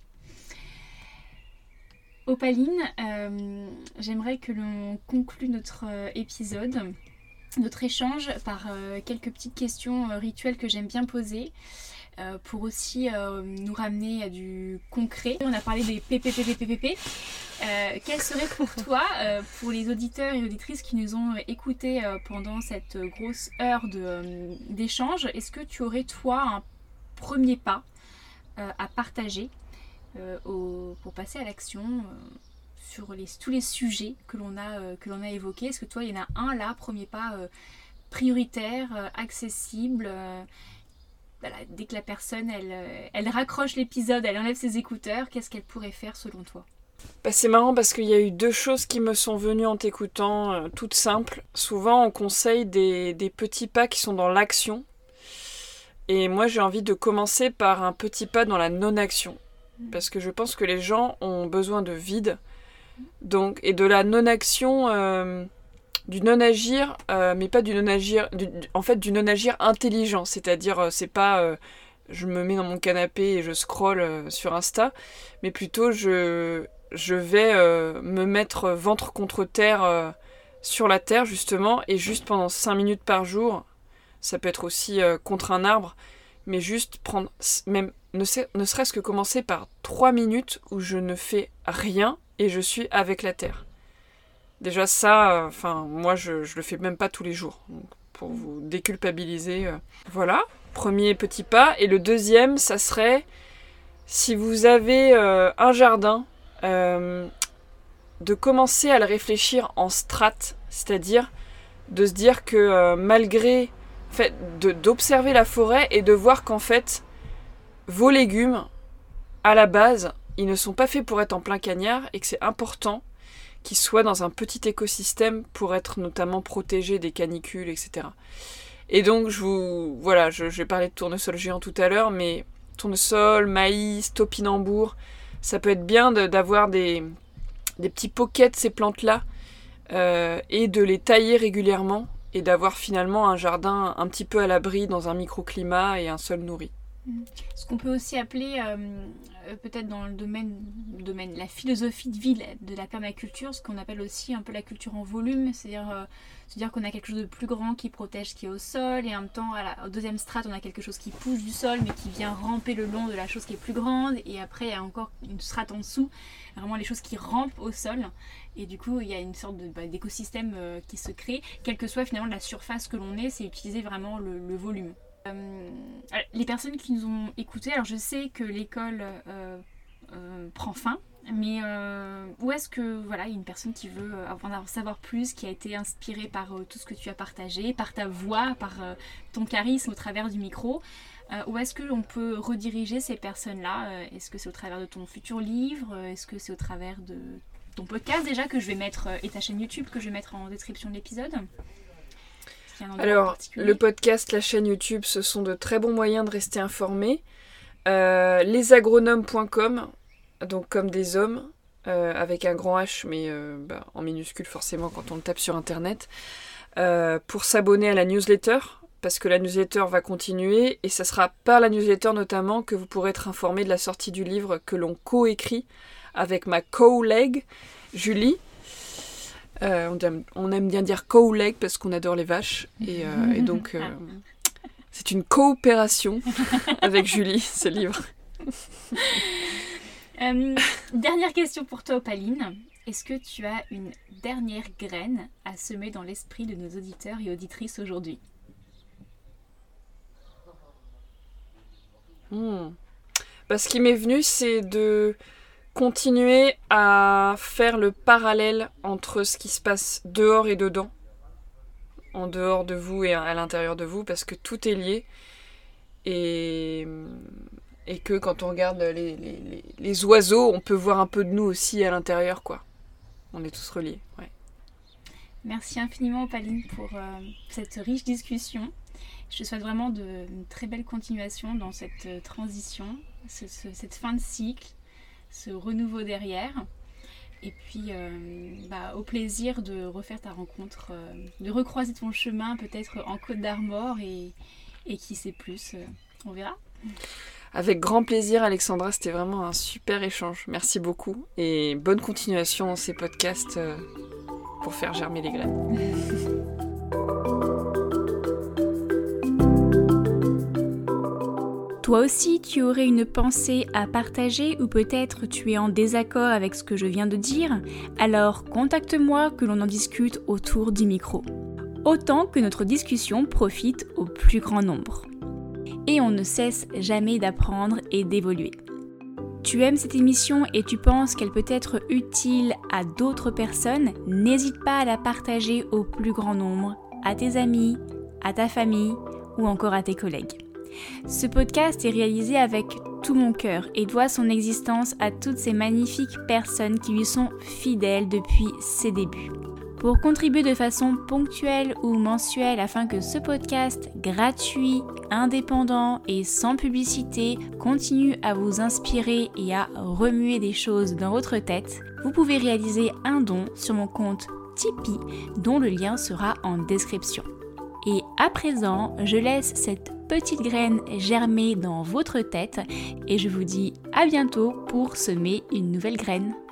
Opaline, j'aimerais que l'on conclue notre épisode, notre échange, par quelques petites questions rituelles que j'aime bien poser, pour aussi nous ramener à du concret. On a parlé des PPPPPP. Quel serait pour toi, pour les auditeurs et auditrices qui nous ont écoutés pendant cette grosse heure d'échange, est-ce que tu aurais, toi, un premier pas à partager pour passer à l'action sur tous les sujets que l'on a évoqués? Est-ce que toi, il y en a un là, premier pas prioritaire, accessible, dès que la personne elle raccroche l'épisode, elle enlève ses écouteurs, qu'est-ce qu'elle pourrait faire selon toi? C'est marrant parce qu'il y a eu 2 choses qui me sont venues en t'écoutant, toutes simples. Souvent on conseille des petits pas qui sont dans l'action, et moi j'ai envie de commencer par un petit pas dans la non-action. Parce que je pense que les gens ont besoin de vide, et de la non-action, du non-agir, mais pas du non-agir, du non-agir intelligent, c'est-à-dire c'est pas je me mets dans mon canapé et je scrolle sur Insta, mais plutôt je vais me mettre ventre contre terre sur la terre justement, et juste pendant 5 minutes par jour, ça peut être aussi contre un arbre, mais juste prendre, même ne serait-ce que commencer par 3 minutes où je ne fais rien et je suis avec la terre. Déjà ça, moi je le fais même pas tous les jours, donc, pour vous déculpabiliser. Voilà, premier petit pas. Et le deuxième, ça serait, si vous avez un jardin, de commencer à le réfléchir en strates, c'est-à-dire de se dire que malgré... d'observer la forêt et de voir qu'en fait, vos légumes, à la base, ils ne sont pas faits pour être en plein cagnard, et que c'est important qu'ils soient dans un petit écosystème pour être notamment protégés des canicules, etc. Et donc, je vais parler de tournesol géant tout à l'heure, mais tournesol, maïs, topinambour, ça peut être bien d'avoir des petits pockets de ces plantes-là, et de les tailler régulièrement et d'avoir finalement un jardin un petit peu à l'abri dans un microclimat et un sol nourri. Ce qu'on peut aussi appeler, peut-être dans le domaine, la philosophie de vie de la permaculture, ce qu'on appelle aussi un peu la culture en volume, c'est-à-dire se dire qu'on a quelque chose de plus grand qui protège ce qui est au sol, et en même temps, au deuxième strate, on a quelque chose qui pousse du sol, mais qui vient ramper le long de la chose qui est plus grande, et après, il y a encore une strate en dessous, vraiment les choses qui rampent au sol, et du coup, il y a une sorte d'écosystème qui se crée, quelle que soit finalement la surface que l'on est, c'est utiliser vraiment le volume. Les personnes qui nous ont écoutés, alors je sais que l'école prend fin, mais où est-ce que il y a une personne qui veut en savoir plus, qui a été inspirée par tout ce que tu as partagé, par ta voix, par ton charisme au travers du micro, où est-ce que l'on peut rediriger ces personnes-là? Est-ce que c'est au travers de ton futur livre? Est-ce que c'est au travers de ton podcast déjà que je vais mettre, et ta chaîne YouTube que je vais mettre en description de l'épisode? Alors, le podcast, la chaîne YouTube, ce sont de très bons moyens de rester informés. Lesagronomes.com, donc comme des hommes, avec un grand H, mais en minuscule forcément quand on le tape sur Internet, pour s'abonner à la newsletter, parce que la newsletter va continuer, et ça sera par la newsletter notamment que vous pourrez être informé de la sortie du livre que l'on co-écrit avec ma collègue Julie. On aime bien dire co-leg parce qu'on adore les vaches et donc c'est une coopération avec Julie, ce livre. Dernière question pour toi, Opaline. Est-ce que tu as une dernière graine à semer dans l'esprit de nos auditeurs et auditrices aujourd'hui? Ce qui m'est venu, c'est de continuer à faire le parallèle entre ce qui se passe dehors et dedans, en dehors de vous et à l'intérieur de vous, parce que tout est lié, et que quand on regarde les oiseaux, on peut voir un peu de nous aussi à l'intérieur, quoi. On est tous reliés, ouais. Merci infiniment, Opaline, pour cette riche discussion. Je te souhaite vraiment une très belle continuation dans cette transition, cette fin de cycle, ce renouveau derrière, et puis au plaisir de refaire ta rencontre, de recroiser ton chemin peut-être en Côte d'Armor et qui sait plus, on verra. Avec grand plaisir, Alexandra, c'était vraiment un super échange, merci beaucoup et bonne continuation dans ces podcasts pour faire germer les graines. Toi aussi, tu aurais une pensée à partager ou peut-être tu es en désaccord avec ce que je viens de dire? Alors contacte-moi que l'on en discute autour du micro. Autant que notre discussion profite au plus grand nombre. Et on ne cesse jamais d'apprendre et d'évoluer. Tu aimes cette émission et tu penses qu'elle peut être utile à d'autres personnes? N'hésite pas à la partager au plus grand nombre, à tes amis, à ta famille ou encore à tes collègues. Ce podcast est réalisé avec tout mon cœur et doit son existence à toutes ces magnifiques personnes qui lui sont fidèles depuis ses débuts. Pour contribuer de façon ponctuelle ou mensuelle afin que ce podcast gratuit, indépendant et sans publicité continue à vous inspirer et à remuer des choses dans votre tête, vous pouvez réaliser un don sur mon compte Tipeee dont le lien sera en description. Et à présent, je laisse cette petite graine germer dans votre tête et je vous dis à bientôt pour semer une nouvelle graine.